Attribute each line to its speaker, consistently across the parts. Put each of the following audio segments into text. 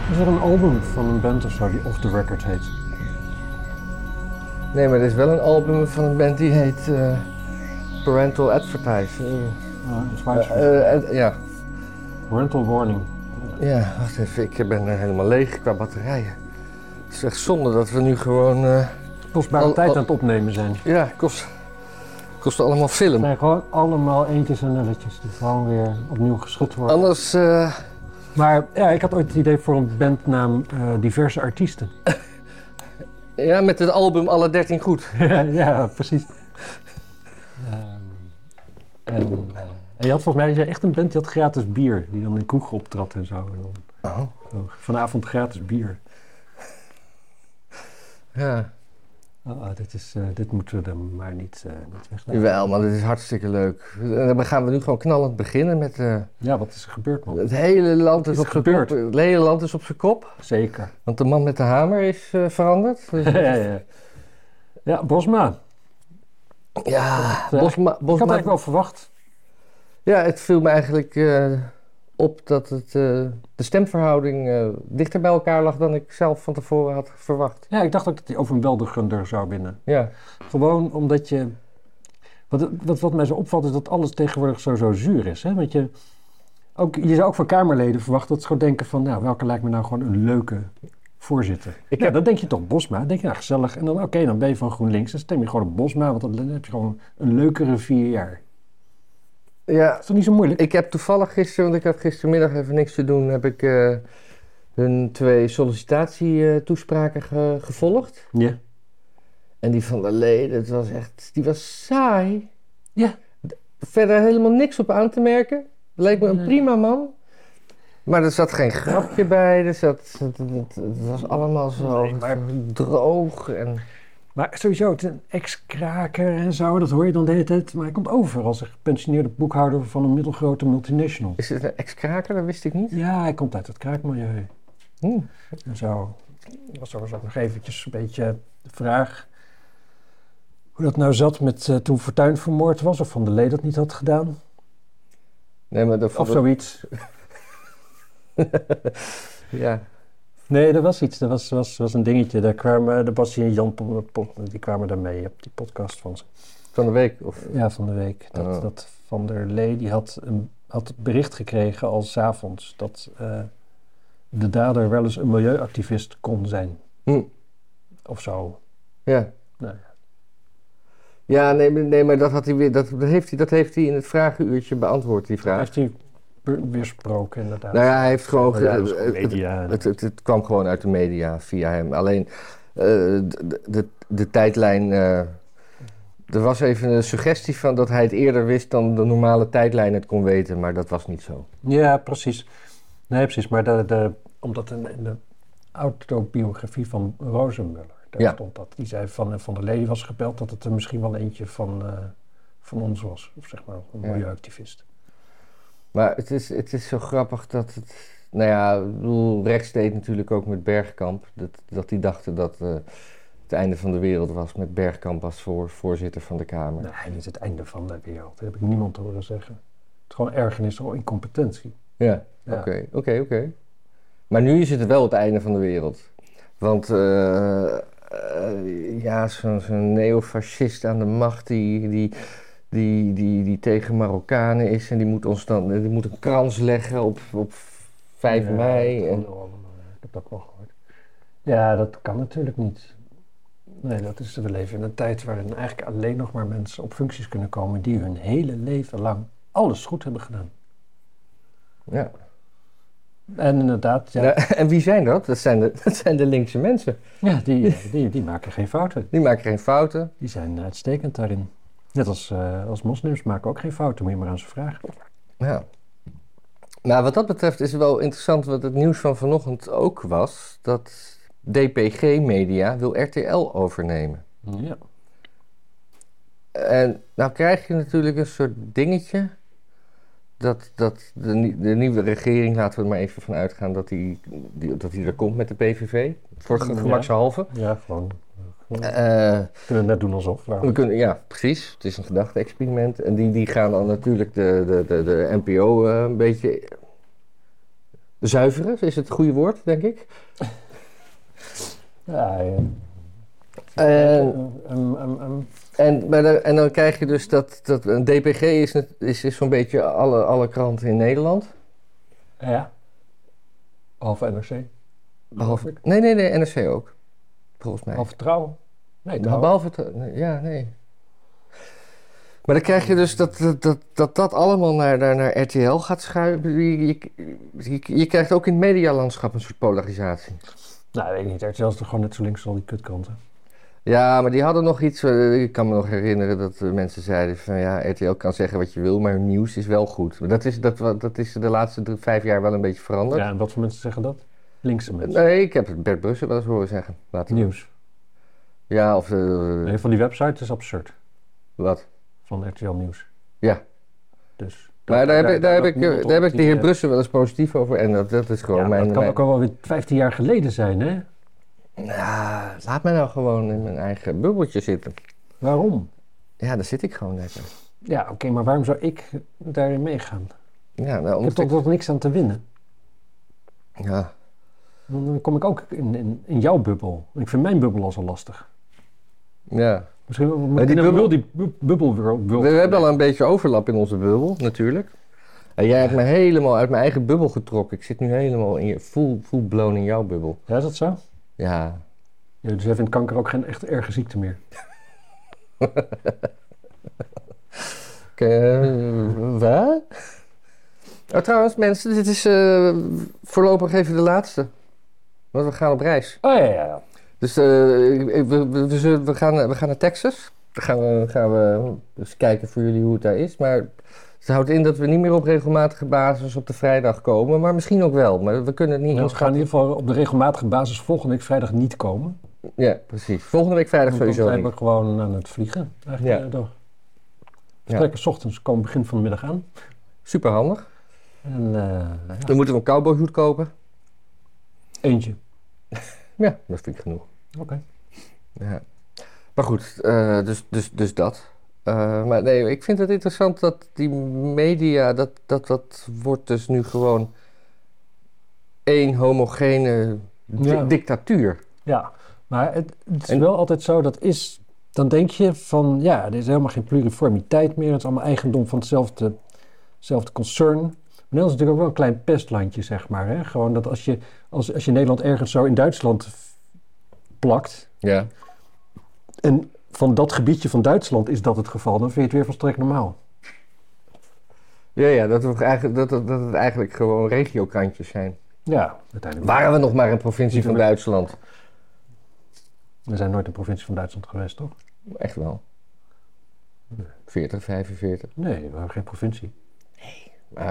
Speaker 1: Is er een album van een band of zo die Off The Record heet?
Speaker 2: Nee, maar er is wel een album van een band die heet Parental Advertise.
Speaker 1: Dat is waar.
Speaker 2: Ja.
Speaker 1: Parental Warning.
Speaker 2: Ja, wacht even. Ik ben helemaal leeg qua batterijen. Het is echt zonde dat we nu gewoon...
Speaker 1: Kostbare tijd aan het opnemen zijn.
Speaker 2: Ja, kost allemaal film.
Speaker 1: Het zijn gewoon allemaal eentjes en nulletjes die gewoon weer opnieuw geschud worden.
Speaker 2: Anders...
Speaker 1: Maar ja, ik had ooit het idee voor een bandnaam Diverse Artiesten.
Speaker 2: Ja, met het album Alle 13 Goed.
Speaker 1: Ja, precies. En je had volgens mij echt een band die had gratis bier. Die dan in kroegen optrad en zo. En dan, vanavond gratis bier.
Speaker 2: Ja.
Speaker 1: Dit moeten we dan maar niet weglaten.
Speaker 2: Jawel, maar dit is hartstikke leuk. Dan gaan we nu gewoon knallend beginnen met...
Speaker 1: Ja, wat is er gebeurd, man?
Speaker 2: Het hele land is op zijn kop. Het hele land is op zijn kop.
Speaker 1: Zeker.
Speaker 2: Want de man met de hamer is veranderd. Dus...
Speaker 1: Ja, Bosma.
Speaker 2: Ja,
Speaker 1: Ik had eigenlijk wel verwacht.
Speaker 2: Ja, het viel me eigenlijk op dat de stemverhouding dichter bij elkaar lag dan ik zelf van tevoren had verwacht.
Speaker 1: Ja, ik dacht ook dat hij overweldigender zou winnen.
Speaker 2: Ja.
Speaker 1: Gewoon omdat je... Wat mij zo opvalt is dat alles tegenwoordig zo zuur is. Hè? Want je zou ook van Kamerleden verwachten dat ze gewoon denken van... Nou, welke lijkt me nou gewoon een leuke voorzitter? Dan denk je toch Bosma. Dan denk je, nou gezellig. En dan dan ben je van GroenLinks. Dan stem je gewoon op Bosma, want dan heb je gewoon een leukere 4 jaar.
Speaker 2: Ja.
Speaker 1: Dat is toch niet zo moeilijk?
Speaker 2: Ik heb toevallig gisteren, want ik had gistermiddag even niks te doen... heb ik hun 2 sollicitatietoespraken gevolgd.
Speaker 1: Ja.
Speaker 2: En die van der Lee, die was saai.
Speaker 1: Ja.
Speaker 2: Verder helemaal niks op aan te merken. Leek me een prima man. Maar er zat geen grapje bij. Het was allemaal zo droog.
Speaker 1: Maar sowieso, het is een ex-kraker en zo, dat hoor je dan de hele tijd. Maar hij komt over als een gepensioneerde boekhouder van een middelgrote multinational.
Speaker 2: Is het een ex-kraker? Dat wist ik niet.
Speaker 1: Ja, hij komt uit het kraakmilieu. En zo. Dat was ook nog eventjes een beetje de vraag hoe dat nou zat met toen Fortuyn vermoord was, of Van der Lee dat niet had gedaan.
Speaker 2: Nee, maar
Speaker 1: zoiets.
Speaker 2: Ja.
Speaker 1: Nee, er was iets. Er was een dingetje. Daar kwamen de Bassie en Jan die kwamen daarmee op die podcast van ze.
Speaker 2: Van de week? Of?
Speaker 1: Ja, van de week. Dat Van der Lee die had bericht gekregen al 's avonds dat de dader wel eens een milieuactivist kon zijn. Of zo.
Speaker 2: Ja.
Speaker 1: Nou,
Speaker 2: ja, nee, maar dat heeft hij in het vragenuurtje beantwoord, die vraag.
Speaker 1: Heeft hij weersproken, inderdaad.
Speaker 2: Nou ja, hij heeft gewoon...
Speaker 1: Het
Speaker 2: kwam gewoon uit de media via hem. Alleen de tijdlijn... er was even een suggestie van dat hij het eerder wist dan de normale tijdlijn het kon weten, maar dat was niet zo.
Speaker 1: Ja, precies. Nee, precies. Maar omdat in de autobiografie van Rozenmuller, daar stond dat. Die zei van der Lee was gebeld dat het er misschien wel eentje van ons was. Of zeg maar, een milieuactivist.
Speaker 2: Maar het is zo grappig dat het... Nou ja, ik bedoel, Rex deed natuurlijk ook met Bergkamp. Dat die dachten dat het einde van de wereld was met Bergkamp als voorzitter van de Kamer.
Speaker 1: Nee, niet het einde van de wereld. Dat heb ik niemand horen zeggen. Het is gewoon ergernis of incompetentie.
Speaker 2: Ja. Oké. Maar nu is het wel het einde van de wereld. Want zo'n neofascist aan de macht die tegen Marokkanen is en die moet een krans leggen op 5 mei.
Speaker 1: Ik heb dat wel gehoord. Ja, dat kan natuurlijk niet. Nee, we leven in een tijd waarin eigenlijk alleen nog maar mensen op functies kunnen komen die hun hele leven lang alles goed hebben gedaan.
Speaker 2: Ja.
Speaker 1: En inderdaad, ja.
Speaker 2: En wie zijn dat? Dat zijn de linkse mensen.
Speaker 1: Ja, die maken geen fouten.
Speaker 2: Die maken geen fouten.
Speaker 1: Die zijn uitstekend daarin. Net als moslims maken ook geen fouten, moet je maar aan ze vragen.
Speaker 2: Ja. Maar wat dat betreft is het wel interessant wat het nieuws van vanochtend ook was, dat DPG Media wil RTL overnemen.
Speaker 1: Ja.
Speaker 2: En nou krijg je natuurlijk een soort dingetje dat de nieuwe regering, laten we er maar even van uitgaan dat die er komt met de PVV, voor gemakshalve.
Speaker 1: Ja, gewoon. We kunnen net doen alsof.
Speaker 2: Ja, precies. Het is een gedachte-experiment. En die gaan dan natuurlijk de NPO een beetje Zuiveren is het goede woord, denk ik.
Speaker 1: Ja, ja.
Speaker 2: En dan krijg je dus dat een DPG is zo'n beetje alle kranten in Nederland.
Speaker 1: Ja. Behalve NRC.
Speaker 2: Behalve, nee, NRC ook. Volgens mij.
Speaker 1: Behalve Trouw. Nee,
Speaker 2: Nou, behalve, ja, nee. Maar dan krijg je dus dat allemaal naar RTL gaat schuiven. Je krijgt ook in het medialandschap een soort polarisatie.
Speaker 1: Nou, weet ik niet. RTL is toch gewoon net zo links als al die kutkranten.
Speaker 2: Ja, maar die hadden nog iets. Ik kan me nog herinneren dat mensen zeiden van ja, RTL kan zeggen wat je wil, maar hun nieuws is wel goed. Maar dat is de laatste 5 jaar wel een beetje veranderd.
Speaker 1: Ja, en wat voor mensen zeggen dat? Linkse mensen.
Speaker 2: Nee, ik heb het Bert Brussen wel eens horen zeggen.
Speaker 1: Nieuws.
Speaker 2: Ja, of...
Speaker 1: Nee, van die website is absurd.
Speaker 2: Wat?
Speaker 1: Van RTL Nieuws.
Speaker 2: Ja.
Speaker 1: Dus...
Speaker 2: Maar daar heb ik de heer Brussen wel eens positief over. En dat is gewoon
Speaker 1: dat kan ook al wel weer 15 jaar geleden zijn, hè?
Speaker 2: Nou, laat mij nou gewoon in mijn eigen bubbeltje zitten.
Speaker 1: Waarom?
Speaker 2: Ja, daar zit ik gewoon lekker.
Speaker 1: Ja, oké, maar waarom zou ik daarin meegaan?
Speaker 2: Ja, nou,
Speaker 1: ik heb toch toch niks aan te winnen?
Speaker 2: Ja.
Speaker 1: Dan kom ik ook in jouw bubbel. Ik vind mijn bubbel al zo lastig.
Speaker 2: Ja.
Speaker 1: Misschien moet die bubbel...
Speaker 2: We hebben al een beetje overlap in onze bubbel, natuurlijk. En jij hebt me helemaal uit mijn eigen bubbel getrokken. Ik zit nu helemaal full blown in jouw bubbel.
Speaker 1: Ja, is dat zo?
Speaker 2: Ja.
Speaker 1: Ja, dus jij vindt kanker ook geen echt erge ziekte meer?
Speaker 2: Wat? Oh, trouwens, mensen, dit is voorlopig even de laatste. Want we gaan op reis.
Speaker 1: Oh ja.
Speaker 2: Dus we gaan naar Texas. Dan gaan we eens kijken voor jullie hoe het daar is. Maar het houdt in dat we niet meer op regelmatige basis op de vrijdag komen. Maar misschien ook wel. Maar we kunnen het niet...
Speaker 1: We gaan in ieder geval op de regelmatige basis volgende week vrijdag niet komen.
Speaker 2: Ja, precies. Volgende week vrijdag sowieso niet.
Speaker 1: Dan zijn we gewoon aan het vliegen. Eigenlijk toch. Vertrekken 's ochtends, komen begin van de middag aan.
Speaker 2: Super handig.
Speaker 1: En,
Speaker 2: Dan moeten we een cowboyhoed kopen.
Speaker 1: Eentje.
Speaker 2: Ja, dat vind ik genoeg.
Speaker 1: Oké.
Speaker 2: Ja. Maar goed, dus dat. Maar nee, ik vind het interessant dat die media, dat wordt dus nu gewoon één homogene dictatuur.
Speaker 1: Ja, maar het is wel altijd zo, dan denk je van, ja, er is helemaal geen pluriformiteit meer. Het is allemaal eigendom van hetzelfde concern. Maar Nederland is natuurlijk ook wel een klein pestlandje, zeg maar. Hè? Gewoon dat als je Nederland ergens zo in Duitsland plakt...
Speaker 2: Ja.
Speaker 1: En van dat gebiedje van Duitsland is dat het geval, dan vind je het weer volstrekt normaal.
Speaker 2: Ja, dat het eigenlijk gewoon regiokrantjes zijn.
Speaker 1: Ja, uiteindelijk.
Speaker 2: Waren we nog maar een provincie van Duitsland?
Speaker 1: We zijn nooit een provincie van Duitsland geweest, toch?
Speaker 2: Echt wel. 40, 45.
Speaker 1: Nee, we waren geen provincie.
Speaker 2: Nee.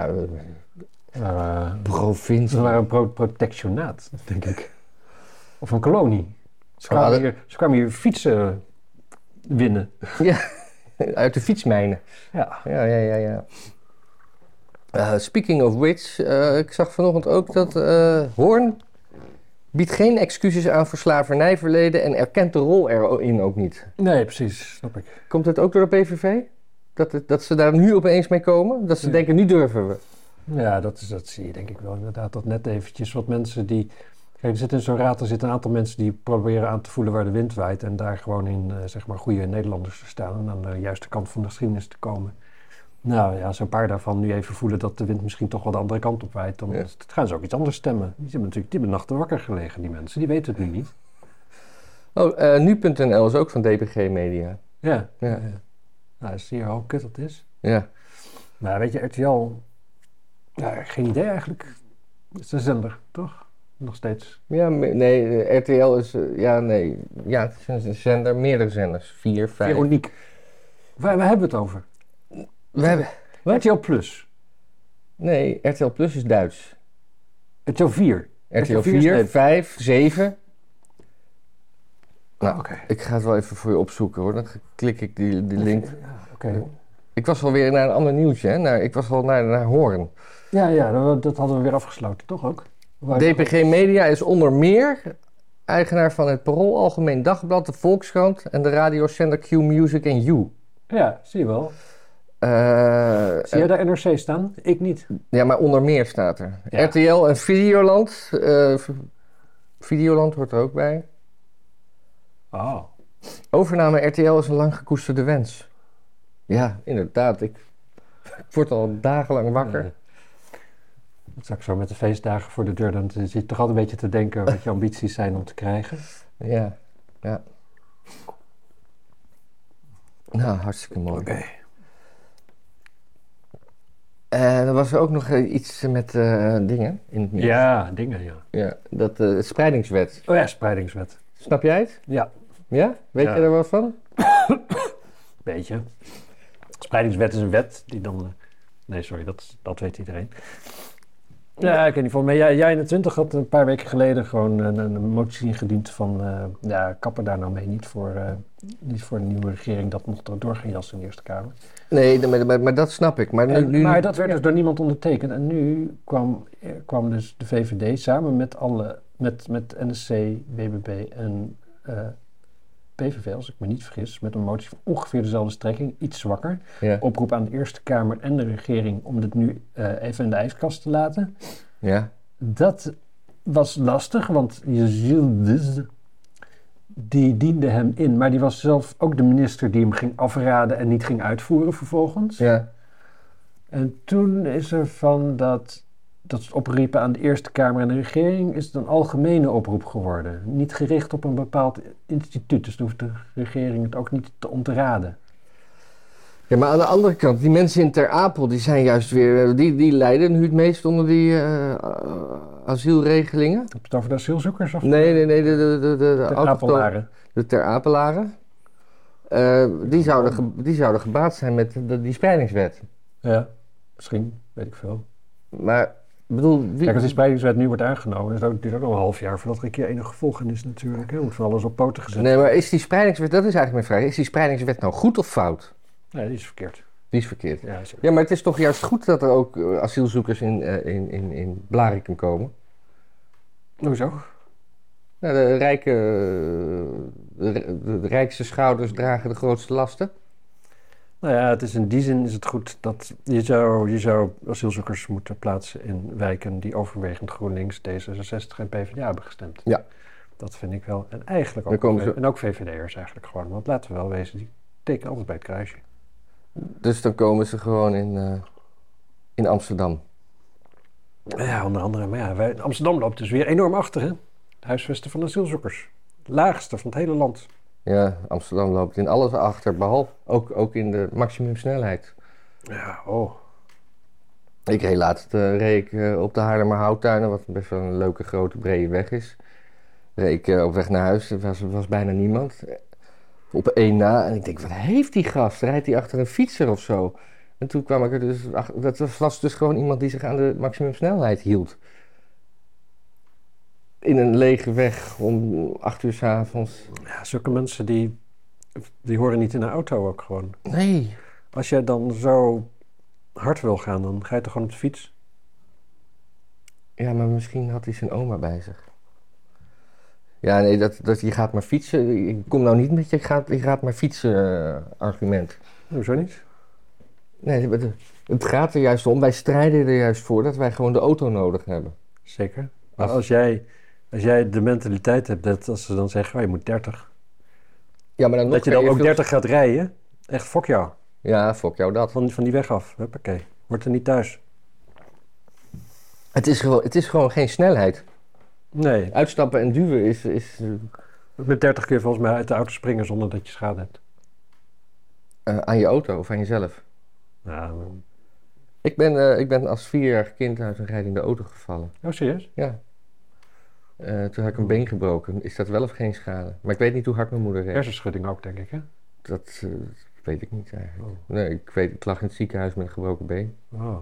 Speaker 1: Provincie. We waren een protectionaat, denk ik. Of een kolonie. Ze kwamen hier fietsen winnen.
Speaker 2: Ja, uit de fietsmijnen.
Speaker 1: Ja.
Speaker 2: Speaking of which, ik zag vanochtend ook dat Hoorn biedt geen excuses aan voor slavernijverleden en erkent de rol erin ook niet.
Speaker 1: Nee, precies, snap ik.
Speaker 2: Komt het ook door de PVV? Dat ze daar nu opeens mee komen? Dat ze denken, nu durven we.
Speaker 1: Ja, dat zie je denk ik wel inderdaad. Dat net eventjes wat mensen die... Kijk, er zit in zo'n raad, er zitten een aantal mensen die proberen aan te voelen waar de wind waait. En daar gewoon in, zeg maar, goede Nederlanders te staan en aan de juiste kant van de geschiedenis te komen. Nou ja, zo'n paar daarvan nu even voelen dat de wind misschien toch wel de andere kant op waait. Dan gaan ze ook iets anders stemmen. Die hebben nachten wakker gelegen, die mensen. Die weten het nu niet.
Speaker 2: Oh, nu.nl is ook van DPG Media.
Speaker 1: Ja. Nou, zie je hoe kut dat is?
Speaker 2: Ja.
Speaker 1: Maar weet je, RTL... Ja, geen idee eigenlijk. Het is een zender, toch? Nog steeds.
Speaker 2: Ja, nee, RTL is... Ja, het is een zender, meerdere zenders. 4, 5.
Speaker 1: Veronique. Waar hebben we het over?
Speaker 2: We hebben...
Speaker 1: RTL Plus.
Speaker 2: Nee, RTL Plus is Duits.
Speaker 1: RTL 4.
Speaker 2: RTL 4, 5, 7. Nou,
Speaker 1: oké.
Speaker 2: Ik ga het wel even voor je opzoeken hoor. Dan klik ik die link.
Speaker 1: Ja, oké.
Speaker 2: Ik was alweer naar een ander nieuwtje, hè? Ik was al naar Hoorn.
Speaker 1: Ja, dat hadden we weer afgesloten, toch ook?
Speaker 2: DPG Media is onder meer eigenaar van het Parool, Algemeen Dagblad, de Volkskrant en de radiozender Q Music en You.
Speaker 1: Ja, zie je wel. Zie jij daar NRC staan? Ik niet.
Speaker 2: Ja, maar onder meer staat er.
Speaker 1: Ja.
Speaker 2: RTL en Videoland. Videoland hoort er ook bij.
Speaker 1: Oh.
Speaker 2: Overname RTL is een lang gekoesterde wens. Ja, inderdaad. Ik word al dagenlang wakker.
Speaker 1: Dat zag ik zo met de feestdagen voor de deur. Dan zit je toch altijd een beetje te denken wat je ambities zijn om te krijgen.
Speaker 2: Ja. Nou, hartstikke mooi.
Speaker 1: Oké.
Speaker 2: En er was er ook nog iets met dingen in het nieuws.
Speaker 1: Ja, dingen, ja.
Speaker 2: Ja, dat spreidingswet.
Speaker 1: Oh ja, spreidingswet.
Speaker 2: Snap jij het?
Speaker 1: Ja,
Speaker 2: Ja? Weet je er wat van?
Speaker 1: beetje. Spreidingswet is een wet die dan... nee, sorry, dat weet iedereen. Ja, ik weet niet van. Maar jij in de 20 had een paar weken geleden gewoon een motie ingediend van... kappen daar nou mee. Niet voor de nieuwe regering dat nog door gaan jassen in de Eerste Kamer.
Speaker 2: Nee, maar dat snap ik. Maar,
Speaker 1: Maar dat werd dus door niemand ondertekend. En nu kwam dus de VVD samen met NSC, BBB en PVV, als ik me niet vergis, met een motie van ongeveer dezelfde strekking, iets zwakker.
Speaker 2: Ja.
Speaker 1: Oproep aan de Eerste Kamer en de regering om dit nu even in de ijskast te laten.
Speaker 2: Ja.
Speaker 1: Dat was lastig, want Yildiz, die diende hem in, maar die was zelf ook de minister die hem ging afraden en niet ging uitvoeren vervolgens.
Speaker 2: Ja.
Speaker 1: En toen is er van dat opriepen aan de Eerste Kamer en de regering, is het een algemene oproep geworden. Niet gericht op een bepaald instituut, dus dan hoeft de regering het ook niet te ontraden.
Speaker 2: Ja, maar aan de andere kant, die mensen in Ter Apel, die zijn juist weer, die lijden nu het meest onder die asielregelingen.
Speaker 1: Heb je het over de asielzoekers? Of
Speaker 2: Nee, de
Speaker 1: de Apelaren?
Speaker 2: De Ter Apelaren. Die zouden gebaat zijn met die spreidingswet.
Speaker 1: Ja, misschien, weet ik veel.
Speaker 2: Maar, bedoel...
Speaker 1: Kijk, als die spreidingswet nu wordt aangenomen, duurt het ook nog een half jaar voordat er een keer enig gevolg in is natuurlijk. Er moet van alles op poten gezet.
Speaker 2: Nee, maar is die spreidingswet, dat is eigenlijk mijn vraag, is die spreidingswet nou goed of fout?
Speaker 1: Nee, die is verkeerd.
Speaker 2: Die is verkeerd.
Speaker 1: Ja,
Speaker 2: Ja, maar het is toch juist goed dat er ook asielzoekers in Blarikum komen?
Speaker 1: Hoezo?
Speaker 2: Nou, de rijkste schouders dragen de grootste lasten.
Speaker 1: Nou ja, het is in die zin is het goed dat je zou asielzoekers moeten plaatsen in wijken die overwegend GroenLinks, D66 en PvdA hebben gestemd.
Speaker 2: Ja.
Speaker 1: Dat vind ik wel. En eigenlijk
Speaker 2: Dan komen
Speaker 1: ook,
Speaker 2: ze-
Speaker 1: en ook VVD'ers eigenlijk gewoon. Want laten we wel wezen, die tekenen altijd bij het kruisje.
Speaker 2: Dus dan komen ze gewoon in Amsterdam.
Speaker 1: Ja, onder andere. Maar ja, Amsterdam loopt dus weer enorm achter, hè? De huisvesten van asielzoekers. Het laagste van het hele land.
Speaker 2: Ja, Amsterdam loopt in alles achter, behalve ook in de maximumsnelheid.
Speaker 1: Ja, oh.
Speaker 2: Ik reed laatst op de Haarlemmerhouttuinen, wat best wel een leuke grote brede weg is. Reed ik op weg naar huis, er was bijna niemand. Op één na, en ik denk, wat heeft die gast? Rijdt hij achter een fietser of zo? En toen kwam ik er dus achter, dat was dus gewoon iemand die zich aan de maximumsnelheid hield. In een lege weg om 8 uur 's avonds.
Speaker 1: Ja, zulke mensen die horen niet in een auto ook gewoon.
Speaker 2: Nee.
Speaker 1: Als jij dan zo hard wil gaan, dan ga je toch gewoon op de fiets?
Speaker 2: Ja, maar misschien had hij zijn oma bij zich. Ja, nee, je gaat maar fietsen. Ik kom nou niet met je gaat maar fietsen argument.
Speaker 1: Hoezo niet?
Speaker 2: Nee, het gaat er juist om. Wij strijden er juist voor dat wij gewoon de auto nodig hebben.
Speaker 1: Zeker. Maar als jij de mentaliteit hebt dat als ze dan zeggen, je moet 30.
Speaker 2: Ja, maar dan
Speaker 1: Dat je dan ook 30 gaat rijden, echt fok jou.
Speaker 2: Ja, fok jou dat.
Speaker 1: Van die weg af. Huppakee. Wordt er niet thuis.
Speaker 2: Het is gewoon geen snelheid.
Speaker 1: Nee.
Speaker 2: Uitstappen en duwen is
Speaker 1: Met 30 kun je volgens mij uit de auto springen zonder dat je schade hebt.
Speaker 2: aan je auto of aan jezelf.
Speaker 1: Ja,
Speaker 2: Ik ben als 4-jarig kind uit een rijdende auto gevallen.
Speaker 1: oh, serieus?
Speaker 2: Ja. Toen had ik een been gebroken. Is dat wel of geen schade? Maar ik weet niet hoe hard mijn moeder reed.
Speaker 1: Hersenschudding ook, denk ik, hè?
Speaker 2: Dat weet ik niet eigenlijk.
Speaker 1: Oh.
Speaker 2: Nee, ik lag in het ziekenhuis met een gebroken been.
Speaker 1: Oh.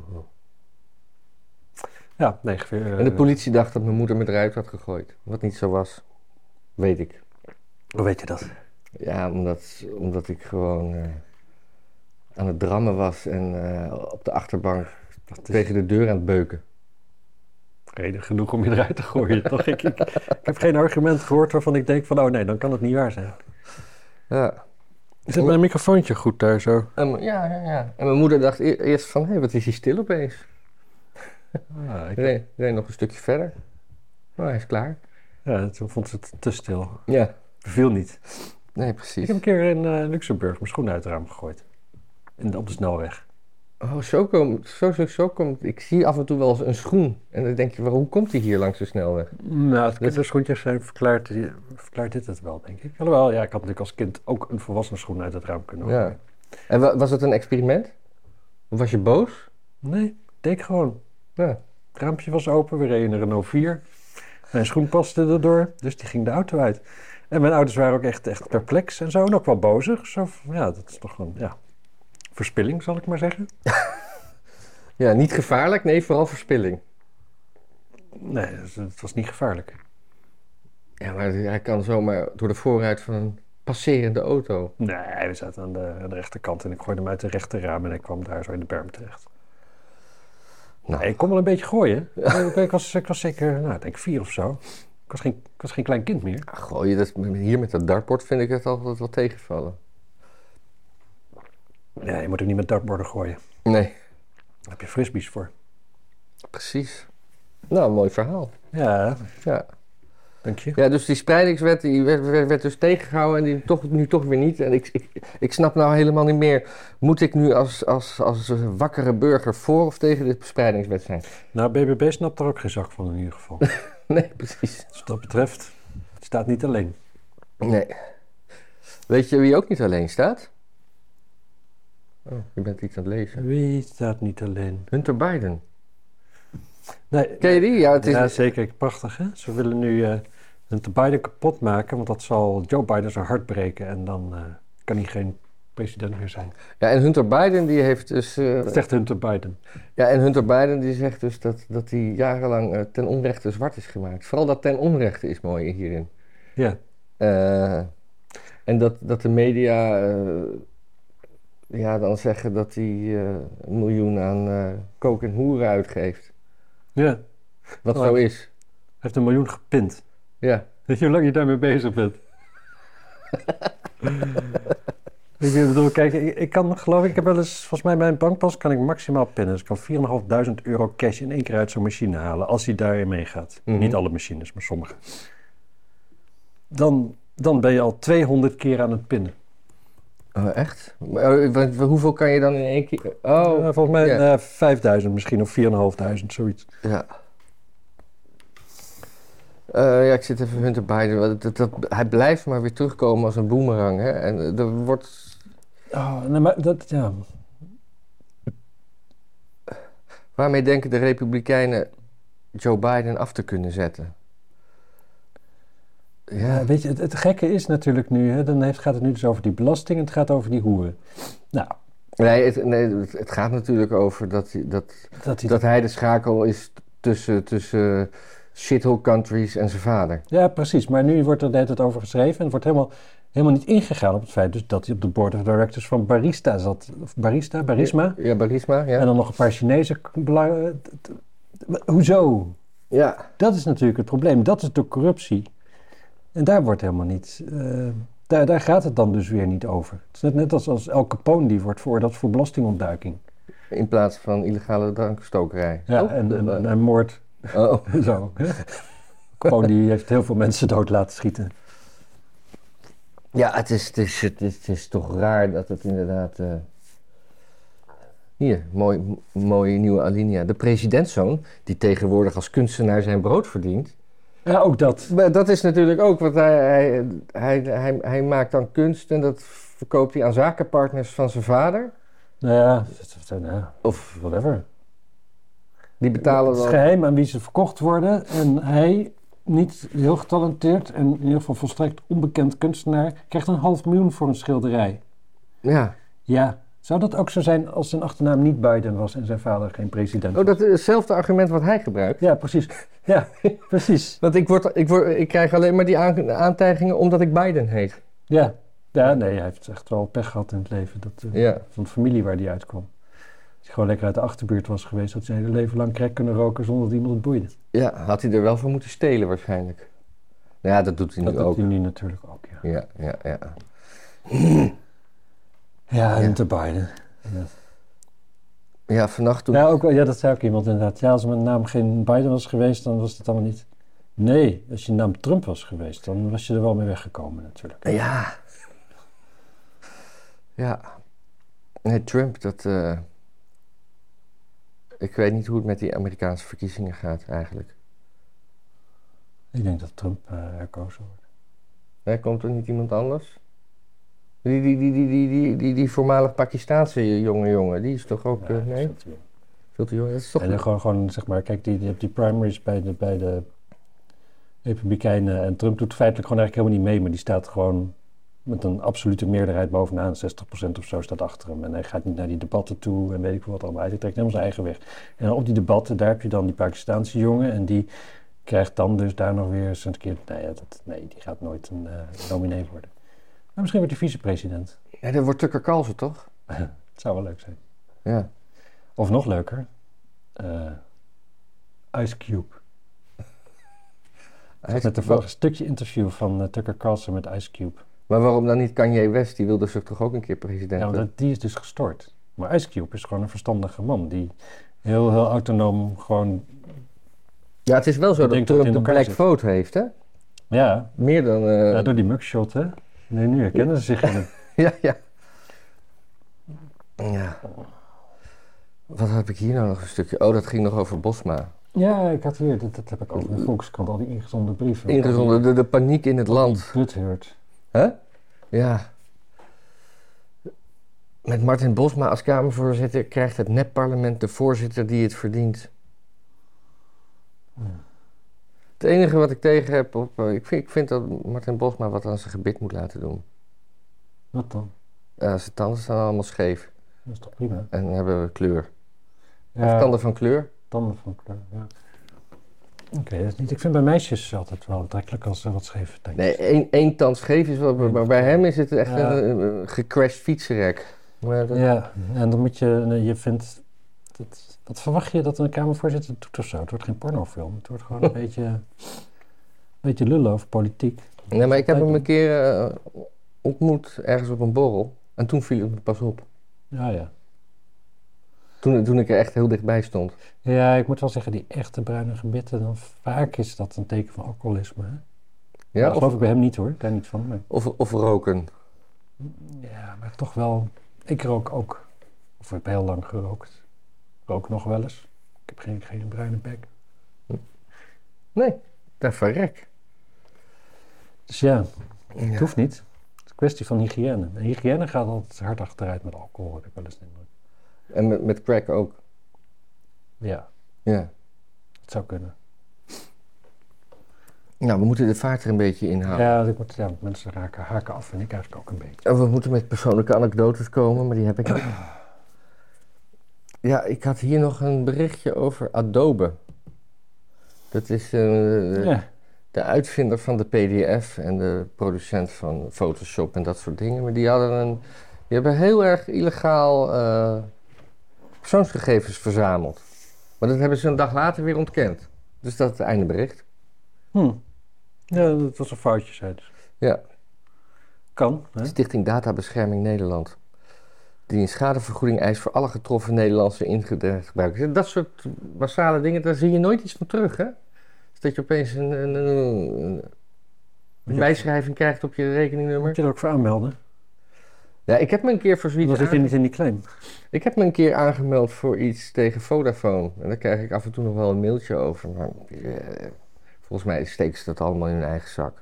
Speaker 1: Ja, nee.
Speaker 2: En de politie dacht dat mijn moeder me eruit had gegooid. Wat niet zo was. Weet ik.
Speaker 1: Hoe weet je dat?
Speaker 2: Ja, omdat ik gewoon aan het drammen was en op de achterbank tegen de deur aan het beuken.
Speaker 1: Reden genoeg om je eruit te gooien, toch? Ik heb geen argument gehoord waarvan ik denk van, oh nee, dan kan het niet waar zijn.
Speaker 2: Ja.
Speaker 1: Zit mijn microfoontje goed daar zo?
Speaker 2: Ja. En mijn moeder dacht eerst van, hé, wat is hij stil opeens?
Speaker 1: Ik
Speaker 2: reed nog een stukje verder. Oh, hij is klaar.
Speaker 1: Ja, toen vond ze het te stil.
Speaker 2: Ja.
Speaker 1: Beviel niet.
Speaker 2: Nee, precies.
Speaker 1: Ik heb een keer in Luxemburg mijn schoenen uit het raam gegooid. Op de snelweg.
Speaker 2: Oh, zo komt. Ik zie af en toe wel eens een schoen. En dan denk je, hoe komt hij hier langs de snelweg?
Speaker 1: Nou, als kinderschoentjes zijn, verklaart dit het wel, denk ik. Alhoewel, ja, ik had natuurlijk als kind ook een volwassen schoen uit het raam kunnen gooien.
Speaker 2: Ja. En was het een experiment? Of was je boos?
Speaker 1: Nee, deed ik gewoon.
Speaker 2: Ja.
Speaker 1: Het raampje was open, we reden in een Renault 4. Mijn schoen paste erdoor, dus die ging de auto uit. En mijn ouders waren ook echt perplex en zo. En ook wel bozig. Zo, ja, dat is toch gewoon, ja, verspilling, zal ik maar zeggen.
Speaker 2: Ja, niet gevaarlijk, nee, vooral verspilling.
Speaker 1: Nee, het was niet gevaarlijk.
Speaker 2: Ja, maar hij kan zomaar door de voorruit van een passerende auto.
Speaker 1: Nee, we zaten aan de rechterkant en ik gooide hem uit de rechterraam en ik kwam daar zo in de berm terecht. Nou, nee, ik kon wel een beetje gooien. Ik was zeker, nou, ik denk 4 of zo. Ik was geen klein kind meer.
Speaker 2: Gooien, hier met dat dartbord vind ik het altijd wel tegenvallen.
Speaker 1: Nee, je moet er niet met dartborden gooien.
Speaker 2: Nee.
Speaker 1: Daar heb je frisbees voor.
Speaker 2: Precies. Nou, een mooi verhaal.
Speaker 1: Ja.
Speaker 2: Ja.
Speaker 1: Dank je.
Speaker 2: Ja, dus die spreidingswet die werd dus tegengehouden en nu toch weer niet. En ik snap nou helemaal niet meer. Moet ik nu als wakkere burger voor of tegen de spreidingswet zijn?
Speaker 1: Nou, BBB snapt er ook geen zak van in ieder geval.
Speaker 2: Nee, precies.
Speaker 1: Dus wat dat betreft, het staat niet alleen.
Speaker 2: Nee. Weet je wie ook niet alleen staat? Oh, je bent iets aan het lezen.
Speaker 1: Wie staat niet alleen?
Speaker 2: Hunter Biden.
Speaker 1: Nee,
Speaker 2: Ken je die? Ja, het is...
Speaker 1: ja, zeker. Prachtig, hè? Ze willen nu Hunter Biden kapot maken, want dat zal Joe Biden zijn hart breken en dan kan hij geen president meer zijn.
Speaker 2: Ja, en Hunter Biden die heeft dus...
Speaker 1: Dat zegt Hunter Biden.
Speaker 2: Ja, en Hunter Biden die zegt dus dat hij jarenlang ten onrechte zwart is gemaakt. Vooral dat ten onrechte is mooi hierin.
Speaker 1: Ja.
Speaker 2: En dat de media dan zeggen dat hij 1 miljoen aan kook en hoeren uitgeeft.
Speaker 1: Ja.
Speaker 2: Wat zo is.
Speaker 1: Hij heeft 1 miljoen gepind.
Speaker 2: Ja.
Speaker 1: Weet je hoe lang je daarmee bezig bent? Ik bedoel, kijk, ik kan geloof ik heb wel eens, volgens mij mijn bankpas kan ik maximaal pinnen. Dus ik kan €4.500 cash in 1 keer uit zo'n machine halen, als hij daarin meegaat.
Speaker 2: Mm-hmm.
Speaker 1: Niet alle machines, maar sommige. Dan ben je al 200 keer aan het pinnen.
Speaker 2: Oh, echt? Maar, hoeveel kan je dan in 1 keer... Oh,
Speaker 1: volgens mij 5.000 misschien, of 4.500, zoiets.
Speaker 2: Ja. Ja, ik zit even Hunter Biden. Hij blijft maar weer terugkomen als een boemerang, hè? En er wordt...
Speaker 1: Oh, nee, maar dat, ja...
Speaker 2: Waarmee denken de Republikeinen Joe Biden af te kunnen zetten?
Speaker 1: Ja, weet je, het gekke is natuurlijk nu, hè, gaat het nu dus over die belasting en het gaat over die hoeren. Nou...
Speaker 2: Nee, het gaat natuurlijk over dat hij de schakel is tussen shithole countries en zijn vader.
Speaker 1: Ja, precies. Maar nu wordt er de hele tijd over geschreven en het wordt helemaal niet ingegaan op het feit dus dat hij op de board of directors van Barisma zat. Of Barisma?
Speaker 2: Ja, Barisma, ja.
Speaker 1: En dan nog een paar Chinese hoezo?
Speaker 2: Ja.
Speaker 1: Dat is natuurlijk het probleem. Dat is de corruptie. En daar wordt helemaal niet... Daar gaat het dan dus weer niet over. Het is net als El Capone die wordt veroordeeld voor belastingontduiking.
Speaker 2: In plaats van illegale drankstokerij.
Speaker 1: Ja, en moord.
Speaker 2: Oh.
Speaker 1: Zo. Hè? Capone die heeft heel veel mensen dood laten schieten.
Speaker 2: Ja, het is toch raar dat het inderdaad... Hier, mooie nieuwe alinea. De presidentszoon, die tegenwoordig als kunstenaar zijn brood verdient...
Speaker 1: Ja, ook dat.
Speaker 2: Maar dat is natuurlijk ook, want hij maakt dan kunst en dat verkoopt hij aan zakenpartners van zijn vader.
Speaker 1: Nou ja,
Speaker 2: of
Speaker 1: whatever.
Speaker 2: Die betalen
Speaker 1: dan... Het is geheim aan wie ze verkocht worden en hij, niet heel getalenteerd en in ieder geval volstrekt onbekend kunstenaar, krijgt $500.000 voor een schilderij.
Speaker 2: Ja.
Speaker 1: Ja. Zou dat ook zo zijn als zijn achternaam niet Biden was en zijn vader geen president was?
Speaker 2: Oh, dat is hetzelfde argument wat hij gebruikt?
Speaker 1: Ja, precies. Ja, precies.
Speaker 2: Want ik krijg alleen maar die aantijgingen omdat ik Biden heet.
Speaker 1: Ja. Ja, nee, hij heeft echt wel pech gehad in het leven. Van de familie waar hij uitkwam. Als hij gewoon lekker uit de achterbuurt was geweest, had hij zijn hele leven lang crack kunnen roken zonder dat iemand het boeide.
Speaker 2: Ja, had hij er wel voor moeten stelen waarschijnlijk. Nou ja, dat doet hij nu ook.
Speaker 1: Dat doet hij nu natuurlijk ook, ja.
Speaker 2: Ja.
Speaker 1: Ja,
Speaker 2: Ja.
Speaker 1: Hunter Biden. Ja.
Speaker 2: Ja, vannacht toen...
Speaker 1: Ja, ook, ja, dat zei ook iemand inderdaad. Ja, als mijn naam geen Biden was geweest, dan was het allemaal niet... Nee, als je naam Trump was geweest, dan was je er wel mee weggekomen natuurlijk.
Speaker 2: Ja. Ja. Nee, Trump, ik weet niet hoe het met die Amerikaanse verkiezingen gaat eigenlijk.
Speaker 1: Ik denk dat Trump herkozen wordt.
Speaker 2: Nee, komt er niet iemand anders? Die voormalig Pakistaanse jongen, die is toch ook...
Speaker 1: Ja,
Speaker 2: nee?
Speaker 1: dat is veel te jong.
Speaker 2: Veel te jong. Dat is toch...
Speaker 1: En dan gewoon, zeg maar, kijk, je hebt die primaries bij de Republikeinen en Trump doet feitelijk gewoon eigenlijk helemaal niet mee, maar die staat gewoon met een absolute meerderheid bovenaan, 60% of zo staat achter hem. En hij gaat niet naar die debatten toe en weet ik wat allemaal. Hij trekt helemaal zijn eigen weg. En op die debatten, daar heb je dan die Pakistaanse jongen en die krijgt dan dus daar nog weer eens een keer... Nee, die gaat nooit een nominee worden. Maar misschien wordt hij vicepresident.
Speaker 2: Ja, dat wordt Tucker Carlson, toch?
Speaker 1: Het zou wel leuk zijn.
Speaker 2: Ja.
Speaker 1: Of nog leuker, Ice Cube. Met een stukje interview van Tucker Carlson met Ice Cube.
Speaker 2: Maar waarom dan niet Kanye West? Die wilde zich toch ook een keer president
Speaker 1: Ja, want die is dus gestort. Maar Ice Cube is gewoon een verstandige man die heel autonoom gewoon...
Speaker 2: Ja, het is wel zo
Speaker 1: Ik
Speaker 2: dat
Speaker 1: denk dat het
Speaker 2: Trump
Speaker 1: in
Speaker 2: de
Speaker 1: elkaar
Speaker 2: black
Speaker 1: zit.
Speaker 2: vote heeft, hè?
Speaker 1: Ja,
Speaker 2: Meer dan...
Speaker 1: ja, door die mugshot, hè? Nee, nu herkennen ze zich in het...
Speaker 2: Ja. Ja. Wat heb ik hier nou nog een stukje? Oh, dat ging nog over Bosma.
Speaker 1: Ja, ik had hier, dat heb ik over in de Volkskrant, al die ingezonden brieven.
Speaker 2: Ingezonden, de paniek in het land.
Speaker 1: Die Butthurt.
Speaker 2: Hè? Ja. Met Martin Bosma als Kamervoorzitter krijgt het nepparlement de voorzitter die het verdient. Het enige wat ik tegen heb ik vind dat Martin Bosma wat aan zijn gebit moet laten doen.
Speaker 1: Wat dan?
Speaker 2: Zijn tanden staan allemaal scheef
Speaker 1: Dat is toch prima?
Speaker 2: en hebben kleur.
Speaker 1: Ja,
Speaker 2: Tanden van kleur?
Speaker 1: tanden van kleur, ja. Oké, dat is niet... Ik vind bij meisjes altijd wel aantrekkelijk als ze wat scheef tandjes.
Speaker 2: Nee, één tand scheef is wel, maar bij hem is het echt
Speaker 1: Ja.
Speaker 2: een gecrashed fietsenrek. Maar dat...
Speaker 1: Ja, en dan moet je vindt... Wat verwacht je dat een Kamervoorzitter doet of zo? Het wordt geen pornofilm. Het wordt gewoon een beetje lullen over politiek.
Speaker 2: Nee, maar ik heb hem een keer ontmoet ergens op een borrel. En toen viel het me pas op.
Speaker 1: Ja.
Speaker 2: Toen ik er echt heel dichtbij stond.
Speaker 1: Ja, ik moet wel zeggen, die echte bruine gebitten, dan vaak is dat een teken van alcoholisme. Hè?
Speaker 2: Ja,
Speaker 1: Dat geloof ik bij hem niet hoor, daar niet van. Maar...
Speaker 2: Of roken.
Speaker 1: Ja, maar toch wel. Ik rook ook. Of ik heb heel lang gerookt. Rook nog wel eens. Ik heb geen bruine bek.
Speaker 2: Nee, dat verrek.
Speaker 1: Dus ja,
Speaker 2: Ja.
Speaker 1: het hoeft niet. Het is een kwestie van hygiëne. En hygiëne gaat altijd hard achteruit met alcohol, heb ik wel eens de indruk.
Speaker 2: En met crack ook.
Speaker 1: Ja,
Speaker 2: Ja.
Speaker 1: het zou kunnen.
Speaker 2: Nou, we moeten de vaart er een beetje inhouden.
Speaker 1: Mensen haken af en ik eigenlijk ook een beetje.
Speaker 2: En we moeten met persoonlijke anekdotes komen, maar die heb ik niet. Ja, ik had hier nog een berichtje over Adobe. Dat is
Speaker 1: Ja.
Speaker 2: de uitvinder van de PDF en de producent van Photoshop en dat soort dingen. Maar die hebben heel erg illegaal persoonsgegevens verzameld. Maar dat hebben ze een dag later weer ontkend. Dus dat is het einde bericht.
Speaker 1: Ja, dat was een foutje, zei dus.
Speaker 2: Ja.
Speaker 1: Kan, hè?
Speaker 2: Stichting Databescherming Nederland. Die een schadevergoeding eist voor alle getroffen Nederlandse internetgebruikers. Dat soort basale dingen, daar zie je nooit iets van terug, hè? Dus dat je opeens een bijschrijving krijgt op je rekeningnummer.
Speaker 1: Moet je er ook voor aanmelden?
Speaker 2: Ja, ik heb me een keer voor zoiets
Speaker 1: Dan zit je niet in die claim.
Speaker 2: Ik heb me een keer aangemeld voor iets tegen Vodafone. En daar krijg ik af en toe nog wel een mailtje over. Maar volgens mij steken ze dat allemaal in hun eigen zak.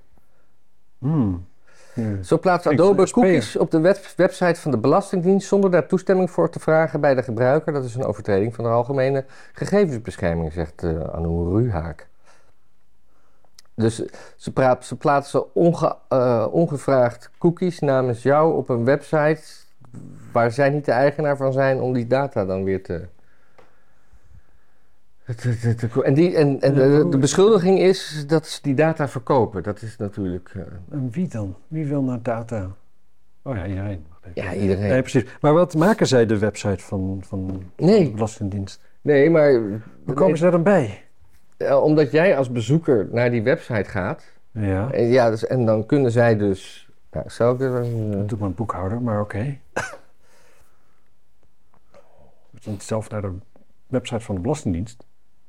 Speaker 1: Ja.
Speaker 2: Zo plaatst Adobe cookies op de website van de Belastingdienst zonder daar toestemming voor te vragen bij de gebruiker. Dat is een overtreding van de algemene gegevensbescherming, zegt Anouk Ruhaak. Dus ze plaatsen ongevraagd cookies namens jou op een website waar zij niet de eigenaar van zijn om die data dan weer te... De beschuldiging is dat ze die data verkopen. Dat is natuurlijk...
Speaker 1: En wie dan? Wie wil naar data? Oh ja, iedereen.
Speaker 2: Ja, iedereen.
Speaker 1: Nee, precies. Maar wat maken zij de website van
Speaker 2: Nee.
Speaker 1: de Belastingdienst?
Speaker 2: Nee, maar...
Speaker 1: Hoe komen ze daar dan bij?
Speaker 2: Omdat jij als bezoeker naar die website gaat.
Speaker 1: Ja,
Speaker 2: En dan kunnen zij dus... Nou, zou ik er...
Speaker 1: dat doet mijn boekhouder, maar oké. Moet je niet zelf naar de website van de Belastingdienst?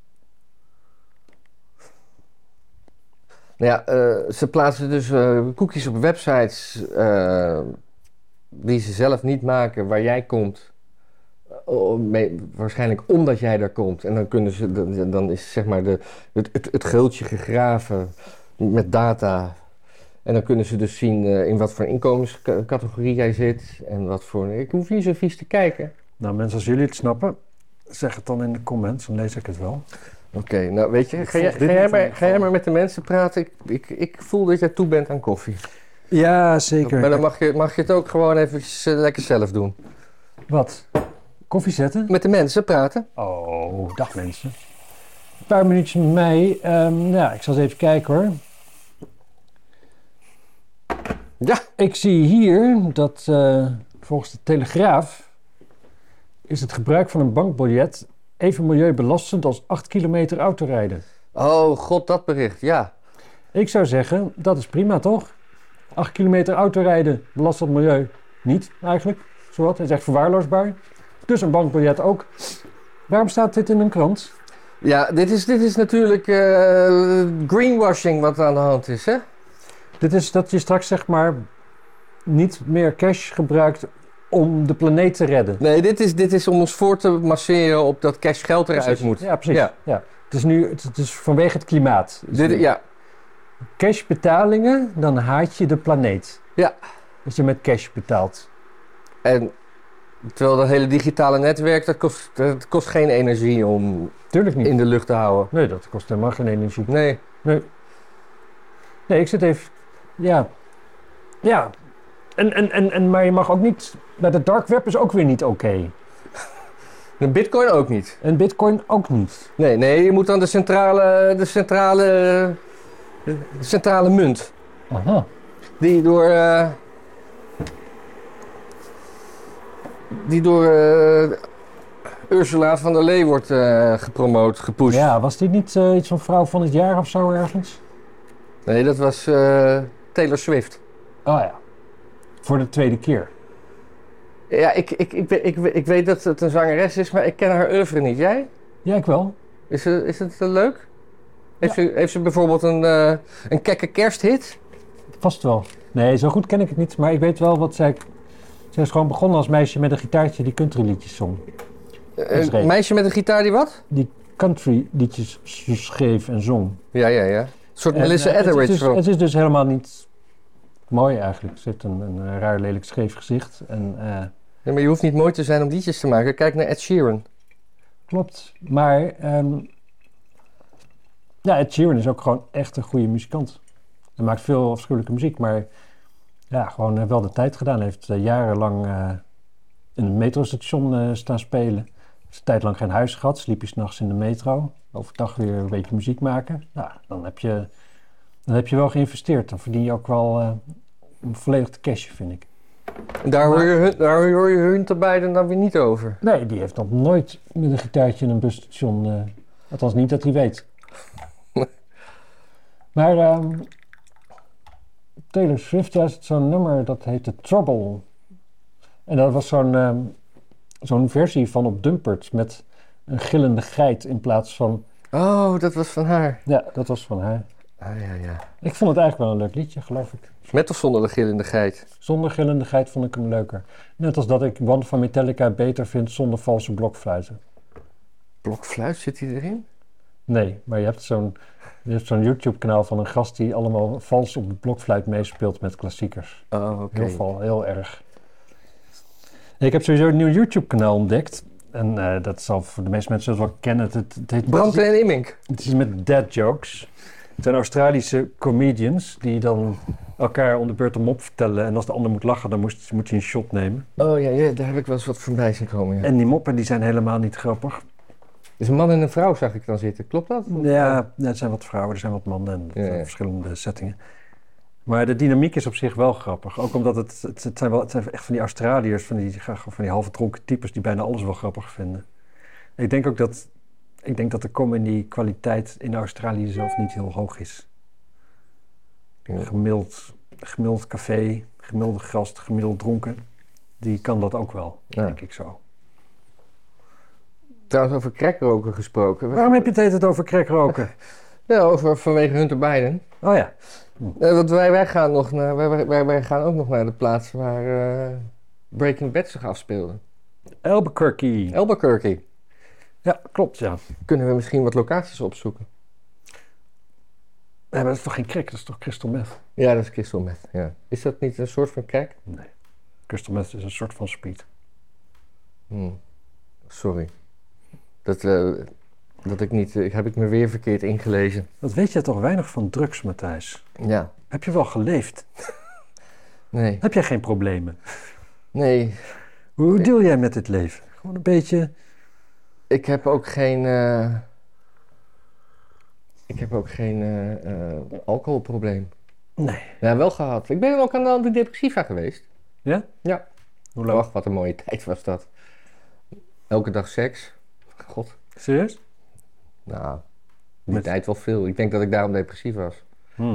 Speaker 2: Nou ja, ze plaatsen dus cookies op websites die ze zelf niet maken, waar jij komt. Waarschijnlijk omdat jij daar komt. En dan kunnen ze, dan is zeg maar het geultje gegraven met data. En dan kunnen ze dus zien in wat voor inkomenscategorie jij zit. En wat voor. Ik hoef niet zo vies te kijken.
Speaker 1: Nou, mensen, als jullie het snappen, zeg het dan in de comments, dan lees ik het wel.
Speaker 2: Oké, nou weet je, ga jij maar met de mensen praten. Ik voel dat jij toe bent aan koffie.
Speaker 1: Ja, zeker.
Speaker 2: Maar dan mag je het ook gewoon even lekker zelf doen.
Speaker 1: Wat? Koffie zetten?
Speaker 2: Met de mensen praten.
Speaker 1: Oh, dag mensen. Een paar minuutjes met mij. Ik zal eens even kijken hoor.
Speaker 2: Ja.
Speaker 1: Ik zie hier dat volgens de Telegraaf is het gebruik van een bankbiljet even milieubelastend als 8 kilometer autorijden.
Speaker 2: Oh god, dat bericht, ja.
Speaker 1: Ik zou zeggen, dat is prima toch? 8 kilometer autorijden belast het milieu niet eigenlijk. Zowat, het is echt verwaarloosbaar. Dus een bankbiljet ook. Waarom staat dit in een krant?
Speaker 2: Ja, dit is natuurlijk greenwashing wat aan de hand is, hè?
Speaker 1: Dit is dat je straks zeg maar niet meer cash gebruikt om de planeet te redden.
Speaker 2: Nee, dit is om ons voor te masseren op dat cash geld eruit
Speaker 1: Precies.
Speaker 2: moet.
Speaker 1: Ja, precies. Ja. Het is vanwege het klimaat.
Speaker 2: Ja.
Speaker 1: Cash betalingen, dan haat je de planeet.
Speaker 2: Ja.
Speaker 1: Als je met cash betaalt.
Speaker 2: En terwijl dat hele digitale netwerk, dat kost geen energie om
Speaker 1: Tuurlijk niet.
Speaker 2: in de lucht te houden.
Speaker 1: Nee, dat kost helemaal geen energie.
Speaker 2: Nee.
Speaker 1: Nee, ik zit even... Ja. Ja. Maar je mag ook niet... Maar de dark web is ook weer niet oké.
Speaker 2: De bitcoin ook niet.
Speaker 1: En bitcoin ook niet.
Speaker 2: Nee, je moet dan de centrale munt.
Speaker 1: Aha.
Speaker 2: Die door Ursula van der Lee wordt gepromoot, gepusht.
Speaker 1: Ja, was dit niet iets van vrouw van het jaar of zo ergens?
Speaker 2: Nee, dat was Taylor Swift.
Speaker 1: Oh ja. Voor de tweede keer.
Speaker 2: Ja, ik weet dat het een zangeres is, maar ik ken haar oeuvre niet. Jij?
Speaker 1: Ja, ik wel.
Speaker 2: Is het leuk? Heeft ze bijvoorbeeld een kekke kersthit?
Speaker 1: Vast wel. Nee, zo goed ken ik het niet, maar ik weet wel wat zij... Zij is gewoon begonnen als meisje met een gitaartje die countryliedjes zong.
Speaker 2: Een meisje met een gitaar die wat?
Speaker 1: Die countryliedjes schreef en zong.
Speaker 2: Ja. Een soort Melissa Etheridge.
Speaker 1: Het is dus helemaal niet mooi eigenlijk. Ze heeft een raar lelijk scheef gezicht.
Speaker 2: Ja, maar je hoeft niet mooi te zijn om liedjes te maken. Kijk naar Ed Sheeran.
Speaker 1: Klopt, maar Ed Sheeran is ook gewoon echt een goede muzikant. Hij maakt veel afschuwelijke muziek, maar ja, gewoon wel de tijd gedaan. Hij heeft jarenlang in een metrostation staan spelen. Heeft een tijd lang geen huis gehad, sliep je 's nachts in de metro. Overdag weer een beetje muziek maken. Nou, dan heb je wel geïnvesteerd. Dan verdien je ook wel volledig te cashen, vind ik.
Speaker 2: Daar hoor je Hunter Biden dan weer niet over.
Speaker 1: Nee, die heeft nog nooit met een gitaartje in een busstation... althans niet dat hij weet. Maar Taylor Swift, ja, is het zo'n nummer dat heette Trouble. En dat was zo'n versie van op Dumpert met een gillende geit in plaats van...
Speaker 2: Oh, dat was van haar.
Speaker 1: Ja, dat was van haar.
Speaker 2: Ah, ja.
Speaker 1: Ik vond het eigenlijk wel een leuk liedje, geloof ik.
Speaker 2: Met of zonder de gillende geit?
Speaker 1: Zonder gillende geit vond ik hem leuker. Net als dat ik One van Metallica beter vind zonder valse blokfluiten.
Speaker 2: Blokfluit, zit hij erin?
Speaker 1: Nee, maar je hebt zo'n YouTube-kanaal van een gast die allemaal vals op de blokfluit meespeelt met klassiekers.
Speaker 2: Oh, oké.
Speaker 1: Heel erg. Ik heb sowieso een nieuw YouTube-kanaal ontdekt. En dat zal voor de meeste mensen wel kennen. Het heet
Speaker 2: Brandweer en Immink.
Speaker 1: Het is met dad jokes. Het zijn Australische comedians die dan elkaar om de beurt een mop vertellen. En als de ander moet lachen, dan moet je een shot nemen.
Speaker 2: Oh ja, daar heb ik wel eens wat voorbij zien komen. Ja.
Speaker 1: En die moppen die zijn helemaal niet grappig.
Speaker 2: Dus een man en een vrouw zag ik dan zitten, klopt dat?
Speaker 1: Ja, het zijn wat vrouwen, er zijn wat mannen en
Speaker 2: Ja.
Speaker 1: verschillende settingen. Maar de dynamiek is op zich wel grappig. Ook omdat het zijn echt van die Australiërs, van die halve dronken types die bijna alles wel grappig vinden. Ik denk ook dat de comedy kwaliteit in Australië zelf niet heel hoog is.
Speaker 2: Ja.
Speaker 1: Gemiddeld café, gemiddelde gast, gemiddeld dronken. Die kan dat ook wel,
Speaker 2: Ja.
Speaker 1: denk ik zo.
Speaker 2: Trouwens, over crackroken gesproken.
Speaker 1: Waarom heb je het hele tijd over crackroken?
Speaker 2: Ja, vanwege Hunter Biden.
Speaker 1: Oh ja.
Speaker 2: Want wij gaan nog wij gaan ook nog naar de plaats waar Breaking Bad zich afspeelde.
Speaker 1: Albuquerque. Ja, klopt, ja.
Speaker 2: Kunnen we misschien wat locaties opzoeken?
Speaker 1: Nee, maar dat is toch geen crack, dat is toch crystal meth?
Speaker 2: Ja, dat is crystal meth, ja. Is dat niet een soort van crack?
Speaker 1: Nee. Crystal meth is een soort van speed.
Speaker 2: Sorry. Dat ik niet... heb ik me weer verkeerd ingelezen.
Speaker 1: Wat weet je toch weinig van drugs, Matthijs?
Speaker 2: Ja.
Speaker 1: Heb je wel geleefd?
Speaker 2: Nee.
Speaker 1: Heb jij geen problemen?
Speaker 2: Nee.
Speaker 1: Hoe deal jij met dit leven? Gewoon een beetje...
Speaker 2: Ik heb ook geen alcoholprobleem.
Speaker 1: Nee.
Speaker 2: Ja, wel gehad. Ik ben ook aan de antidepressiva geweest.
Speaker 1: Ja?
Speaker 2: Ja.
Speaker 1: Hoe lang?
Speaker 2: Wacht, wat een mooie tijd was dat. Elke dag seks. God.
Speaker 1: Serieus?
Speaker 2: Nou, die tijd wel veel. Ik denk dat ik daarom depressief was.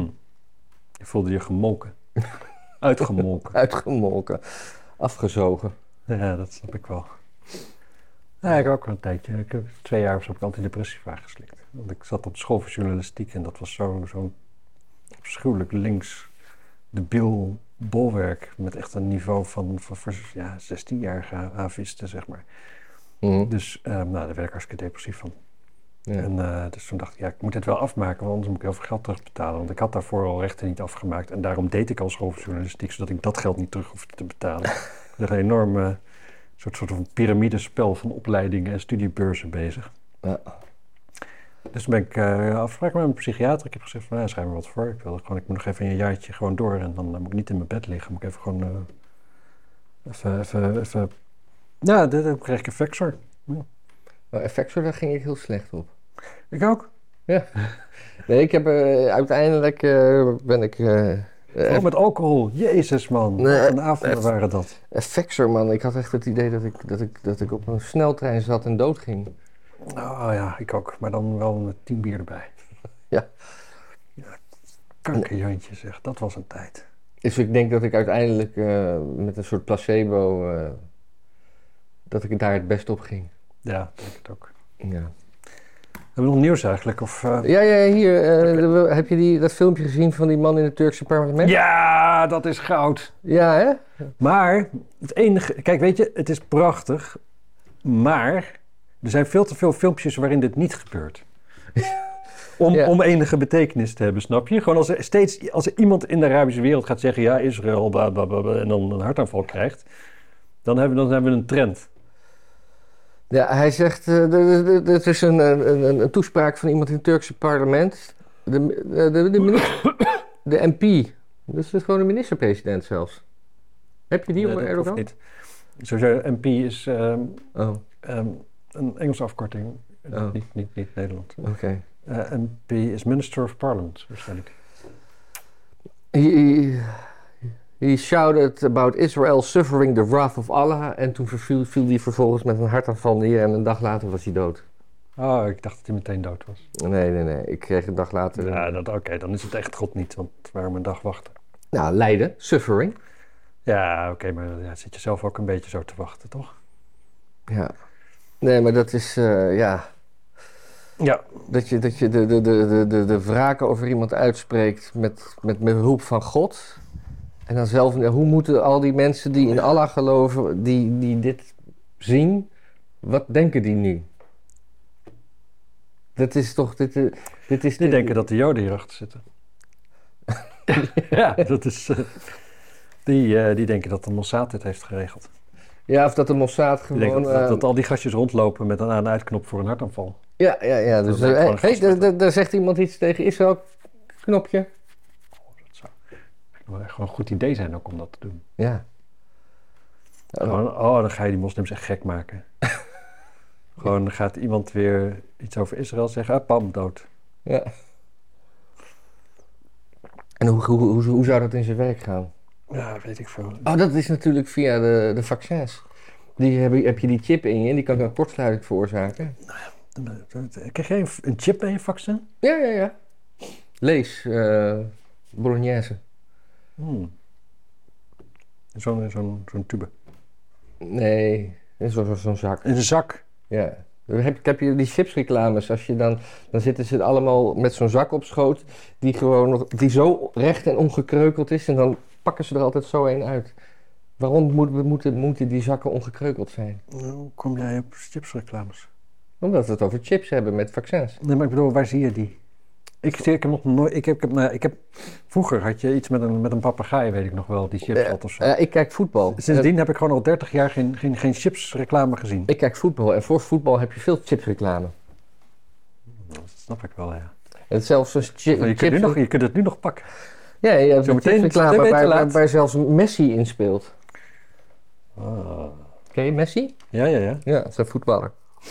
Speaker 1: Je voelde je gemolken. Uitgemolken.
Speaker 2: Uitgemolken. Afgezogen.
Speaker 1: Ja, dat snap ik wel. Ja, ik ook al een tijdje. Ik heb 2 jaar of zo heb ik antidepressiva geslikt. Want ik zat op school voor journalistiek en dat was zo'n afschuwelijk links debiel bolwerk met echt een niveau van 16-jarige avisten, zeg maar. Dus daar werd ik hartstikke depressief van. Ja. En dus toen dacht ik, ik moet dit wel afmaken, want anders moet ik heel veel geld terugbetalen. Want ik had daarvoor al rechten niet afgemaakt en daarom deed ik al school voor journalistiek, zodat ik dat geld niet terug hoefde te betalen. Er is een enorm soort van piramidespel van opleidingen en studiebeurzen bezig. Ja. Dus toen ben ik afspraak met mijn psychiater. Ik heb gezegd van, schrijf me wat voor. Ik moet nog even een jaartje gewoon door en dan moet ik niet in mijn bed liggen. Moet ik even gewoon even... Ja, dan krijg ik Effexor. Ja.
Speaker 2: Effexor, daar ging ik heel slecht op.
Speaker 1: Ik ook.
Speaker 2: Ja. Nee, ik heb uiteindelijk ben ik...
Speaker 1: met alcohol. Jezus, man.
Speaker 2: Nee,
Speaker 1: Wat een avonden waren dat.
Speaker 2: Effexor, man. Ik had echt het idee dat ik op een sneltrein zat en doodging.
Speaker 1: Oh ja, ik ook. Maar dan wel met 10 bier erbij.
Speaker 2: Ja.
Speaker 1: Kankerjantje zeg. Dat was een tijd.
Speaker 2: Dus ik denk dat ik uiteindelijk met een soort placebo... dat ik daar het best op ging.
Speaker 1: Ja, denk ik het ook.
Speaker 2: Ja.
Speaker 1: Hebben we nog nieuws eigenlijk? Of,
Speaker 2: Ja, hier. Okay. Heb je dat filmpje gezien van die man in het Turkse parlement?
Speaker 1: Ja, dat is goud.
Speaker 2: Ja, hè?
Speaker 1: Maar het enige... Kijk, weet je, het is prachtig. Maar er zijn veel te veel filmpjes waarin dit niet gebeurt. Om enige betekenis te hebben, snap je? Gewoon als er iemand in de Arabische wereld gaat zeggen... Ja, Israël, bla, bla, bla, en dan een hartaanval krijgt... Dan hebben we een trend.
Speaker 2: Ja, hij zegt, het is een toespraak van iemand in het Turkse parlement. De MP. Dus het is gewoon de minister-president zelfs. Heb je die onder Erdogan?
Speaker 1: Niet. Sowieso, MP is een Engelse afkorting. Niet Nederland.
Speaker 2: Oké.
Speaker 1: MP is Minister of Parliament, waarschijnlijk.
Speaker 2: He shouted about Israel suffering the wrath of Allah. En toen viel hij vervolgens met een hartaanval neer en een dag later was hij dood.
Speaker 1: Oh, ik dacht dat hij meteen dood was.
Speaker 2: Nee. Ik kreeg een dag later...
Speaker 1: Ja, oké, dan is het echt God niet, want waarom een dag wachten?
Speaker 2: Nou, lijden, suffering.
Speaker 1: Ja, oké, maar zit je zelf ook een beetje zo te wachten, toch?
Speaker 2: Ja. Nee, maar dat is, Ja. Dat je de wraken over iemand uitspreekt met behulp van God... En dan zelf, hoe moeten al die mensen die in Allah geloven, die dit zien, wat denken die nu? Dat is toch, Die
Speaker 1: denken dat de Joden hierachter zitten. Ja, dat is... Die denken dat de Mossad dit heeft geregeld.
Speaker 2: Ja, of dat de Mossad gewoon...
Speaker 1: Dat al die gastjes rondlopen met een aan- en uitknop voor een hartaanval.
Speaker 2: Ja. Dus daar zegt iemand iets tegen Israël, knopje.
Speaker 1: Het zou gewoon een goed idee zijn ook om dat te doen.
Speaker 2: Ja.
Speaker 1: Gewoon, dan ga je die moslims echt gek maken. Gewoon, dan gaat iemand weer iets over Israël zeggen, pam, dood.
Speaker 2: Ja. En hoe zou dat in zijn werk gaan?
Speaker 1: Ja, weet ik veel.
Speaker 2: Oh, dat is natuurlijk via de vaccins. Heb je die chip in je en die kan een kortsluiting veroorzaken.
Speaker 1: Krijg jij een chip bij je vaccin?
Speaker 2: Ja. Lees, Bolognese.
Speaker 1: Zo'n tube?
Speaker 2: Nee, zo'n zak.
Speaker 1: In een zak?
Speaker 2: Ja. Heb je die chipsreclames, dan zitten ze allemaal met zo'n zak op schoot die zo recht en ongekreukeld is en dan pakken ze er altijd zo een uit. Waarom moeten die zakken ongekreukeld zijn?
Speaker 1: Hoe kom jij op chipsreclames?
Speaker 2: Omdat we het over chips hebben met vaccins.
Speaker 1: Nee, maar ik bedoel, waar zie je die? Ik heb nog nooit... Vroeger had je iets met een papegaai, weet ik nog wel, die chips had of zo.
Speaker 2: Ik kijk voetbal.
Speaker 1: Sindsdien heb ik gewoon al 30 jaar geen chipsreclame gezien.
Speaker 2: Ik kijk voetbal en voor voetbal heb je veel chipsreclame.
Speaker 1: Dat snap ik wel, ja.
Speaker 2: En zelfs zo'n
Speaker 1: Je kunt het nu nog pakken.
Speaker 2: Ja, je hebt
Speaker 1: Zo
Speaker 2: een
Speaker 1: meteen
Speaker 2: chipsreclame waar zelfs Messi in speelt.
Speaker 1: Ah.
Speaker 2: Ken je Messi?
Speaker 1: Ja.
Speaker 2: Ja, dat is een voetballer.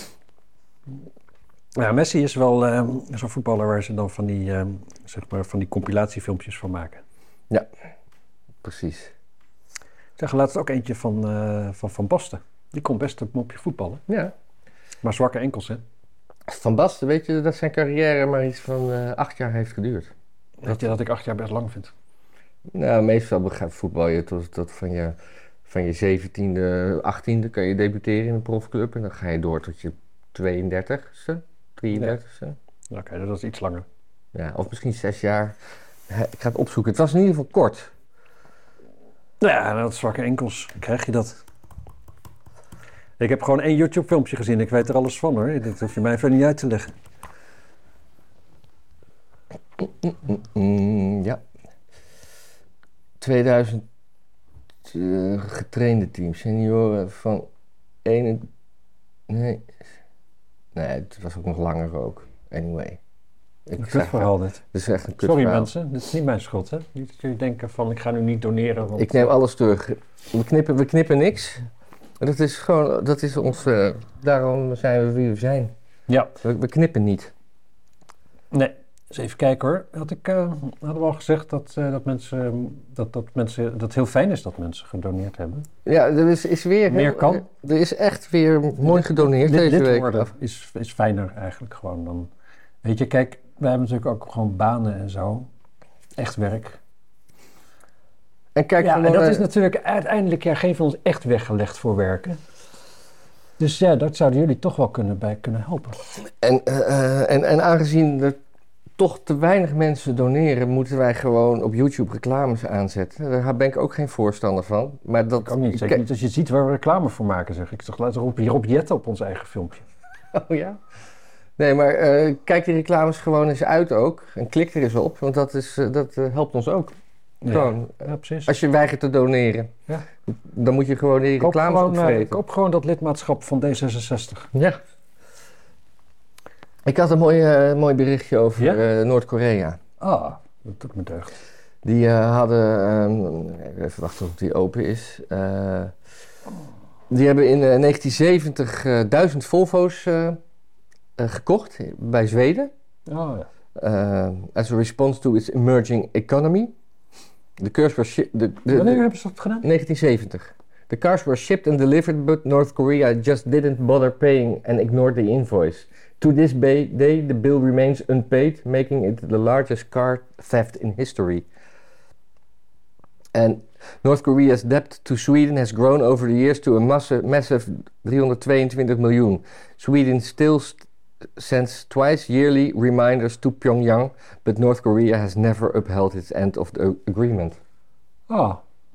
Speaker 1: Ja, Messi is wel zo'n voetballer waar ze dan van die compilatiefilmpjes van maken.
Speaker 2: Ja, precies.
Speaker 1: Ik zag laatst ook eentje van Basten. Die kon best een mopje voetballen.
Speaker 2: Ja.
Speaker 1: Maar zwakke enkels, hè?
Speaker 2: Van Basten, weet je dat zijn carrière maar iets van 8 jaar heeft geduurd.
Speaker 1: Weet je dat ik 8 jaar best lang vind?
Speaker 2: Nou, meestal voetbal je tot van je 17e, 18e kan je debuteren in een profclub. En dan ga je door tot je 32e, 33e.
Speaker 1: Ja. Oké, dat is iets langer.
Speaker 2: Ja, of misschien 6 jaar. Ik ga het opzoeken. Het was in ieder geval kort.
Speaker 1: Ja, dat zwakke enkels. Krijg je dat? Ik heb gewoon 1 YouTube-filmpje gezien. Ik weet er alles van, hoor. Dat hoef je mij even niet uit te leggen.
Speaker 2: Ja. 2000 getrainde teams. Senioren van 1... Nee, het was ook nog langer ook. Anyway.
Speaker 1: Een kutverhaal dit.
Speaker 2: Dit is echt een kutverhaal.
Speaker 1: Sorry mensen, dit is niet mijn schuld, hè. Niet dat jullie denken van, ik ga nu niet doneren. Want...
Speaker 2: Ik neem alles terug. We knippen niks. Dat is ons... daarom zijn we wie we zijn.
Speaker 1: Ja.
Speaker 2: We knippen niet.
Speaker 1: Nee. Dus even kijken, hoor. Hadden we al gezegd dat het heel fijn is dat mensen gedoneerd hebben.
Speaker 2: Ja, er is weer...
Speaker 1: Meer kan.
Speaker 2: Er is echt weer mooi gedoneerd deze week.
Speaker 1: Worden is fijner eigenlijk gewoon dan... Weet je, kijk, wij hebben natuurlijk ook gewoon banen en zo. Echt werk.
Speaker 2: En kijk,
Speaker 1: en dat is natuurlijk uiteindelijk geen van ons echt weggelegd voor werken. Dus ja, dat zouden jullie toch wel bij kunnen helpen.
Speaker 2: En aangezien er toch te weinig mensen doneren, moeten wij gewoon op YouTube reclames aanzetten. Daar ben ik ook geen voorstander van. Maar dat
Speaker 1: ik ook niet. Zeker niet als je ziet waar we reclame voor maken, zeg ik. Toch laten we hierop jetten op ons eigen filmpje.
Speaker 2: Oh ja? Nee, maar kijk die reclames gewoon eens uit ook. En klik er eens op, want dat helpt ons ook. Gewoon,
Speaker 1: ja, precies.
Speaker 2: Als je weigert te doneren, dan moet je gewoon die reclames opvreten.
Speaker 1: Koop gewoon dat lidmaatschap van D66.
Speaker 2: Ja. Ik had een mooi berichtje over Noord-Korea.
Speaker 1: Ah, dat doet me deugd.
Speaker 2: Die hadden... even wachten tot die open is. Die hebben in 1970 1000 Volvo's gekocht bij Zweden.
Speaker 1: Oh ja.
Speaker 2: As a response to its emerging economy. The cars were
Speaker 1: Wanneer hebben ze dat gedaan?
Speaker 2: 1970. The cars were shipped and delivered, but North Korea just didn't bother paying and ignored the invoice. To this day, the bill remains unpaid, making it the largest car theft in history. And North Korea's debt to Sweden has grown over the years to a massive 322 million. Sweden still sends twice yearly reminders to Pyongyang, but North Korea has never upheld its end of the agreement.
Speaker 1: Ah.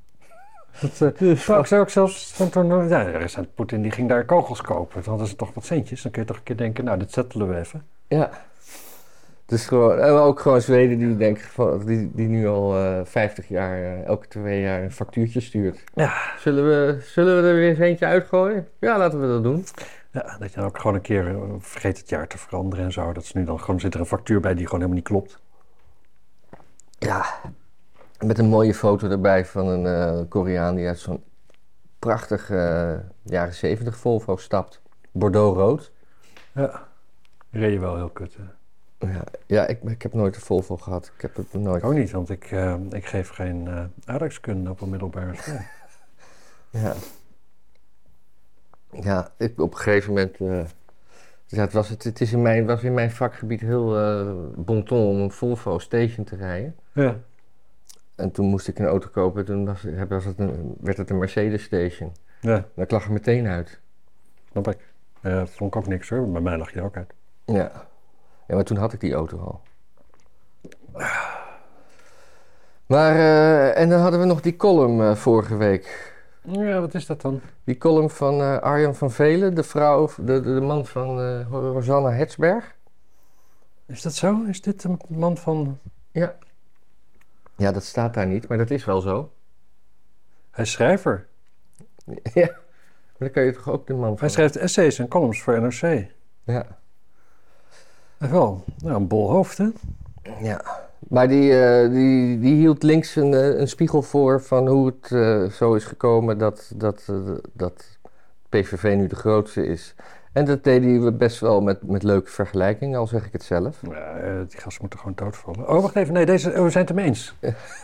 Speaker 1: Ik zou ook zelfs van Poetin die ging daar kogels kopen. Dan hadden ze toch wat centjes. Dan kun je toch een keer denken, nou, dit settelen we even.
Speaker 2: Ja. Dus gewoon, en ook gewoon Zweden die denken die nu al 50 jaar, elke 2 jaar een factuurtje stuurt.
Speaker 1: Ja.
Speaker 2: Zullen we er weer eens eentje uitgooien? Ja, laten we dat doen.
Speaker 1: Ja, dat je dan ook gewoon een keer vergeet het jaar te veranderen en zo. Dat is nu dan gewoon, zit er een factuur bij die gewoon helemaal niet klopt.
Speaker 2: Ja. Met een mooie foto erbij van een Koreaan die uit zo'n prachtige jaren 70 Volvo stapt. Bordeaux-rood.
Speaker 1: Ja, reed je wel heel kut.
Speaker 2: Ja, ik heb nooit een Volvo gehad. Ik heb het nooit.
Speaker 1: Ook niet, want ik geef geen aardrijkskunde op een middelbare school.
Speaker 2: Ja. Ja, op een gegeven moment... was in mijn vakgebied heel bon ton om een Volvo Station te rijden.
Speaker 1: Ja.
Speaker 2: En toen moest ik een auto kopen. Toen werd het een Mercedes Station.
Speaker 1: Ja.
Speaker 2: Dat lag er meteen uit.
Speaker 1: Snap ik. Vond ik ook niks hoor, bij mij lag je ook uit.
Speaker 2: Ja. Ja, maar toen had ik die auto al. Maar, en dan hadden we nog die column vorige week.
Speaker 1: Ja, wat is dat dan?
Speaker 2: Die column van Arjan van Velen, de vrouw, de man van Rosanna Hetsberg.
Speaker 1: Is dat zo? Is dit een man van...
Speaker 2: Ja. Ja, dat staat daar niet, maar dat is wel zo.
Speaker 1: Hij is schrijver.
Speaker 2: Ja, maar dan kan je toch ook de man van...
Speaker 1: Hij schrijft essays en columns voor NRC. Hij
Speaker 2: Ja.
Speaker 1: heeft wel een bol hoofd, hè?
Speaker 2: Ja. Maar die hield links een spiegel voor van hoe het zo is gekomen dat PVV nu de grootste is. En dat deed hij best wel met leuke vergelijkingen, al zeg ik het zelf.
Speaker 1: Ja, die gasten moeten gewoon doodvallen. Oh, wacht even. Nee, we zijn het ermee eens.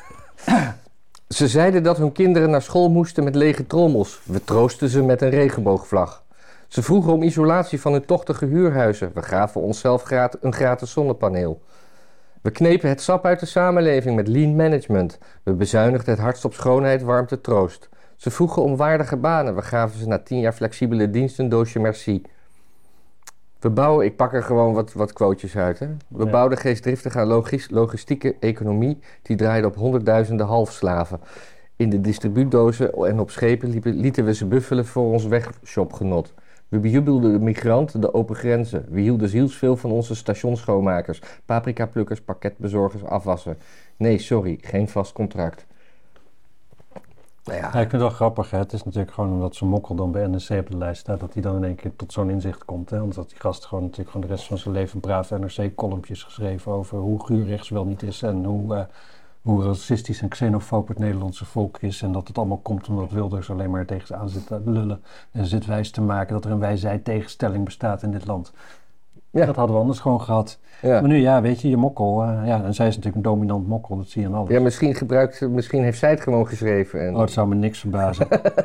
Speaker 2: Ze zeiden dat hun kinderen naar school moesten met lege trommels. We troosten ze met een regenboogvlag. Ze vroegen om isolatie van hun tochtige huurhuizen. We gaven onszelf een gratis zonnepaneel. We knepen het sap uit de samenleving met lean management. We bezuinigden het hardst op schoonheid, warmte, troost. Ze vroegen om waardige banen. We gaven ze na 10 jaar flexibele dienst een doosje merci. We bouwen, ik pak er gewoon wat quotejes uit. Hè? We bouwden geestdriftig aan logistieke economie die draaide op honderdduizenden halfslaven. In de distribuutdozen en op schepen lieten we ze buffelen voor ons wegshopgenot. We bejubelden de migranten, de open grenzen. We hielden zielsveel van onze stationsschoonmakers, paprikaplukkers, pakketbezorgers, afwassen. Nee, sorry, geen vast contract. Nou ja.
Speaker 1: Ja, ik vind het wel grappig. Hè? Het is natuurlijk gewoon omdat zo'n mokkel dan bij NRC op de lijst staat, dat hij dan in één keer tot zo'n inzicht komt. Hè? Want dat die gast gewoon natuurlijk gewoon de rest van zijn leven braaf NRC-columnjes geschreven over hoe guur rechts wel niet is en hoe racistisch en xenofoob het Nederlandse volk is. En dat het allemaal komt omdat Wilders alleen maar tegen ze aan zit te lullen en zit wijs te maken dat er een wij-zij tegenstelling bestaat in dit land. Ja. Dat hadden we anders gewoon gehad. Ja. Maar nu, ja, weet je mokkel. En zij is natuurlijk een dominant mokkel, dat zie je aan alles.
Speaker 2: Ja, misschien heeft zij het gewoon geschreven. En...
Speaker 1: Oh, het zou me niks verbazen.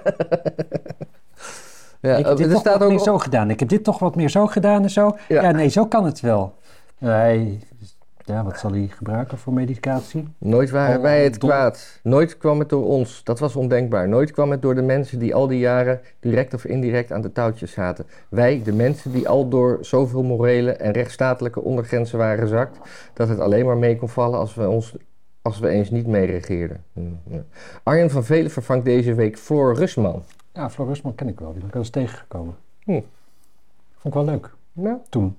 Speaker 2: Ja,
Speaker 1: ik heb dit toch wat meer zo gedaan. Ik heb dit toch wat meer zo gedaan en zo. Ja, nee, zo kan het wel. Wat zal hij gebruiken voor medicatie?
Speaker 2: Nooit waren wij het kwaad. Nooit kwam het door ons. Dat was ondenkbaar. Nooit kwam het door de mensen die al die jaren direct of indirect aan de touwtjes zaten. Wij, de mensen die al door zoveel morele en rechtsstatelijke ondergrenzen waren gezakt, dat het alleen maar mee kon vallen als we eens niet mee regeerden. Ja. Arjan van Velen vervangt deze week Floor Rusman.
Speaker 1: Ja, Floor Rusman ken ik wel. Die ben ik wel eens tegengekomen. Vond ik wel leuk.
Speaker 2: Ja.
Speaker 1: Toen.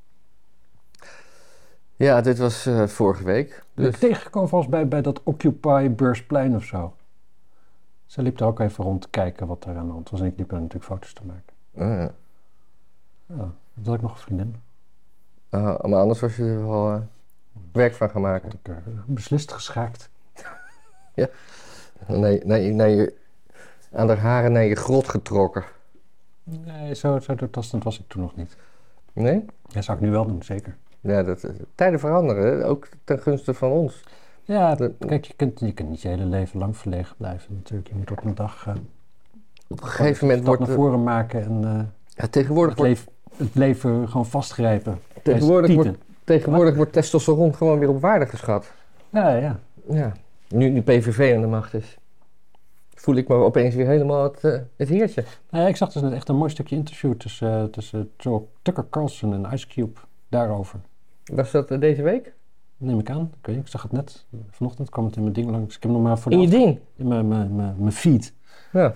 Speaker 2: Ja, dit was vorige week.
Speaker 1: Ben ik tegengekomen volgens bij dat Occupy Beursplein of zo. Ze liep er ook even rond te kijken wat er aan de hand was. En ik liep er natuurlijk foto's te maken.
Speaker 2: Ja.
Speaker 1: Ja, dat had ik nog een vriendin.
Speaker 2: Maar anders was je er wel werk van gaan maken.
Speaker 1: Ik beslist geschaakt.
Speaker 2: Ja. Aan de haren naar je grot getrokken.
Speaker 1: Nee, zo doortastend was ik toen nog niet.
Speaker 2: Nee?
Speaker 1: Dat zou ik nu wel doen, zeker.
Speaker 2: Ja, tijden veranderen, ook ten gunste van ons.
Speaker 1: Ja, kijk, je kunt niet je hele leven lang verlegen blijven natuurlijk. Je moet op een dag
Speaker 2: op een gegeven moment
Speaker 1: naar voren maken en
Speaker 2: tegenwoordig
Speaker 1: het leven gewoon vastgrijpen.
Speaker 2: Tegenwoordig wordt testosteron gewoon weer op waarde geschat.
Speaker 1: Ja.
Speaker 2: Nu PVV aan de macht is, voel ik me opeens weer helemaal het heertje.
Speaker 1: Ja, ik zag dus net echt een mooi stukje interview tussen Tucker Carlson en Ice Cube daarover.
Speaker 2: Was dat deze week?
Speaker 1: Neem ik aan. Ik zag het net. Vanochtend kwam het in mijn ding langs. Ik heb hem nog maar voor
Speaker 2: in je ding?
Speaker 1: In mijn feed.
Speaker 2: Ja.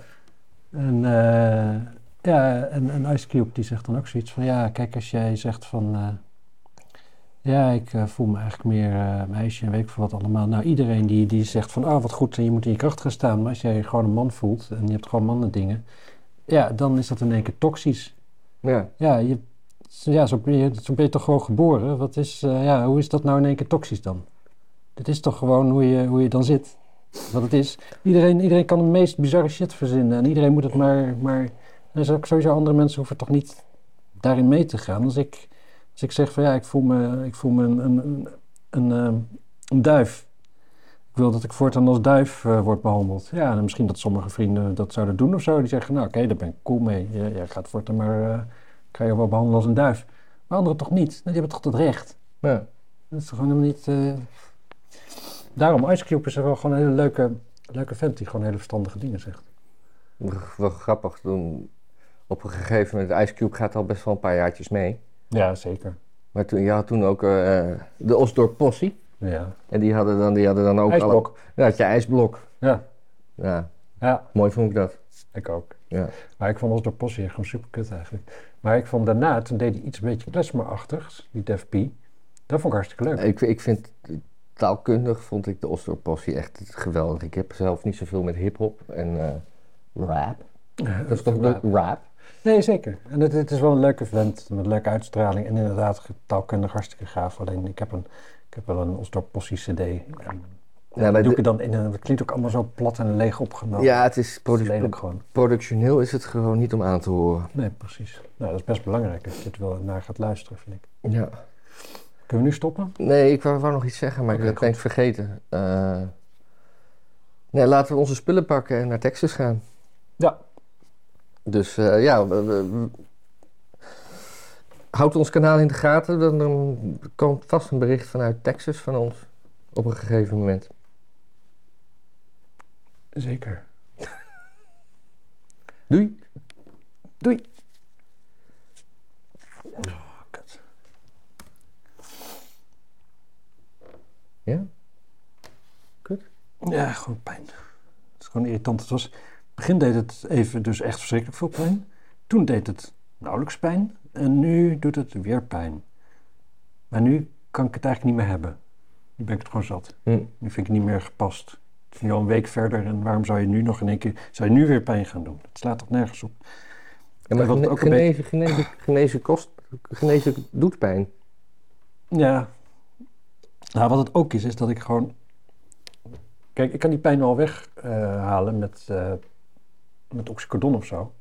Speaker 1: En Ice Cube die zegt dan ook zoiets van... Ja, kijk, als jij zegt van... ik voel me eigenlijk meer meisje en weet ik veel wat allemaal. Nou, iedereen die zegt van... wat goed, en je moet in je kracht gaan staan. Maar als jij gewoon een man voelt en je hebt gewoon mannen dingen... Ja, dan is dat in één keer toxisch.
Speaker 2: Ja.
Speaker 1: Zo ben je toch gewoon geboren. Hoe is dat nou in één keer toxisch dan? Dit is toch gewoon hoe je dan zit. Wat het is. Iedereen kan de meest bizarre shit verzinnen. En iedereen moet het maar... En ook sowieso andere mensen hoeven toch niet daarin mee te gaan. Als ik zeg van ik voel me een duif. Ik wil dat ik voortaan als duif word behandeld. Ja, en misschien dat sommige vrienden dat zouden doen of zo. Die zeggen, nou oké, daar ben ik cool mee. Jij gaat voortaan maar... Ik ga je wel behandelen als een duif. Maar anderen toch niet? Die hebben toch dat recht?
Speaker 2: Ja.
Speaker 1: Dat is toch gewoon helemaal niet... Daarom, Ice Cube is er wel gewoon een hele leuke vent die gewoon hele verstandige dingen zegt.
Speaker 2: Wel grappig. Toen op een gegeven moment, Ice Cube gaat al best wel een paar jaartjes mee.
Speaker 1: Ja, zeker.
Speaker 2: Maar je had toen ook de Osdorp Possie.
Speaker 1: Ja.
Speaker 2: En die hadden dan ook...
Speaker 1: IJsblok.
Speaker 2: Ja, had je IJsblok.
Speaker 1: Ja.
Speaker 2: Ja,
Speaker 1: Ja,
Speaker 2: mooi vond ik dat.
Speaker 1: ik ook.
Speaker 2: Ja.
Speaker 1: Maar ik vond Osdorp Possie gewoon super kut eigenlijk. Maar ik vond daarna, toen deed hij iets een beetje klezmerachtigs, die Def P. Dat vond ik hartstikke leuk.
Speaker 2: Ik vind, taalkundig vond ik de Osdorp Possie echt geweldig. Ik heb zelf niet zoveel met hiphop en rap. Dat is toch leuk? Rap?
Speaker 1: Nee, zeker. En het is wel een leuke vent met een leuke uitstraling. En inderdaad, taalkundig hartstikke gaaf. Alleen, ik heb wel een Osdorp Possie CD. En dat doe ik dan in een... Het klinkt ook allemaal zo plat en leeg opgenomen.
Speaker 2: Ja, het is
Speaker 1: lelijk gewoon.
Speaker 2: productioneel is het gewoon niet om aan te horen.
Speaker 1: Nee, precies. Nou, dat is best belangrijk als je het wel naar gaat luisteren, vind ik.
Speaker 2: Ja.
Speaker 1: Kunnen we nu stoppen?
Speaker 2: Nee, ik wou nog iets zeggen, maar dat ben ik vergeten. Nee, laten we onze spullen pakken en naar Texas gaan.
Speaker 1: Ja.
Speaker 2: Dus houd ons kanaal in de gaten. Dan komt vast een bericht vanuit Texas van ons. Op een gegeven moment.
Speaker 1: Zeker.
Speaker 2: Doei.
Speaker 1: Doei. Oh, kut.
Speaker 2: Ja? Kut?
Speaker 1: Ja, gewoon pijn. Het is gewoon irritant. In het begin deed het even dus echt verschrikkelijk veel pijn. Toen deed het nauwelijks pijn. En nu doet het weer pijn. Maar nu kan ik het eigenlijk niet meer hebben. Nu ben ik het gewoon zat. Nu vind ik het niet meer gepast. Het is nu al een week verder en waarom zou je nu nog in één keer... Zou je nu weer pijn gaan doen? Het slaat toch nergens op?
Speaker 2: Ja, maar genezen doet pijn.
Speaker 1: Ja. Nou, wat het ook is dat ik gewoon... Kijk, ik kan die pijn wel weghalen met oxycodon of zo.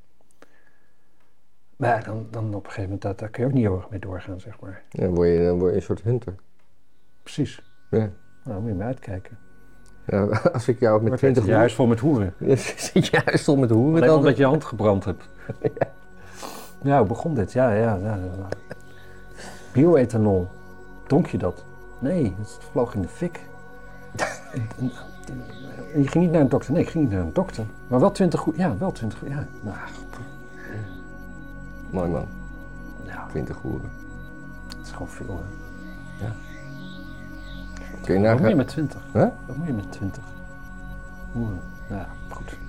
Speaker 1: Maar dan op een gegeven moment, daar kun je ook niet heel erg mee doorgaan, zeg maar.
Speaker 2: Ja, dan word je een soort hunter.
Speaker 1: Precies.
Speaker 2: Ja.
Speaker 1: Nou, moet je maar uitkijken.
Speaker 2: Ja, als ik jou met 20
Speaker 1: je huis vol met hoeren.
Speaker 2: Zit je huis vol met hoeren?
Speaker 1: Alleen omdat je hand gebrand hebt. Ja, hoe begon dit? Ja. Bioethanol. Dronk je dat? Nee, het vloog in de fik. Je ging niet naar een dokter? Nee, ik ging niet naar een dokter. Maar wel 20 goed. Ja, wel 20 goed. Ja. Nou,
Speaker 2: mooi man.
Speaker 1: ja,
Speaker 2: 20 hoeren.
Speaker 1: het is gewoon veel, hè.
Speaker 2: Ja. Kun je nagaan?
Speaker 1: Wat moet je met 20?
Speaker 2: Huh?
Speaker 1: Wat moet je met 20? Ja, goed.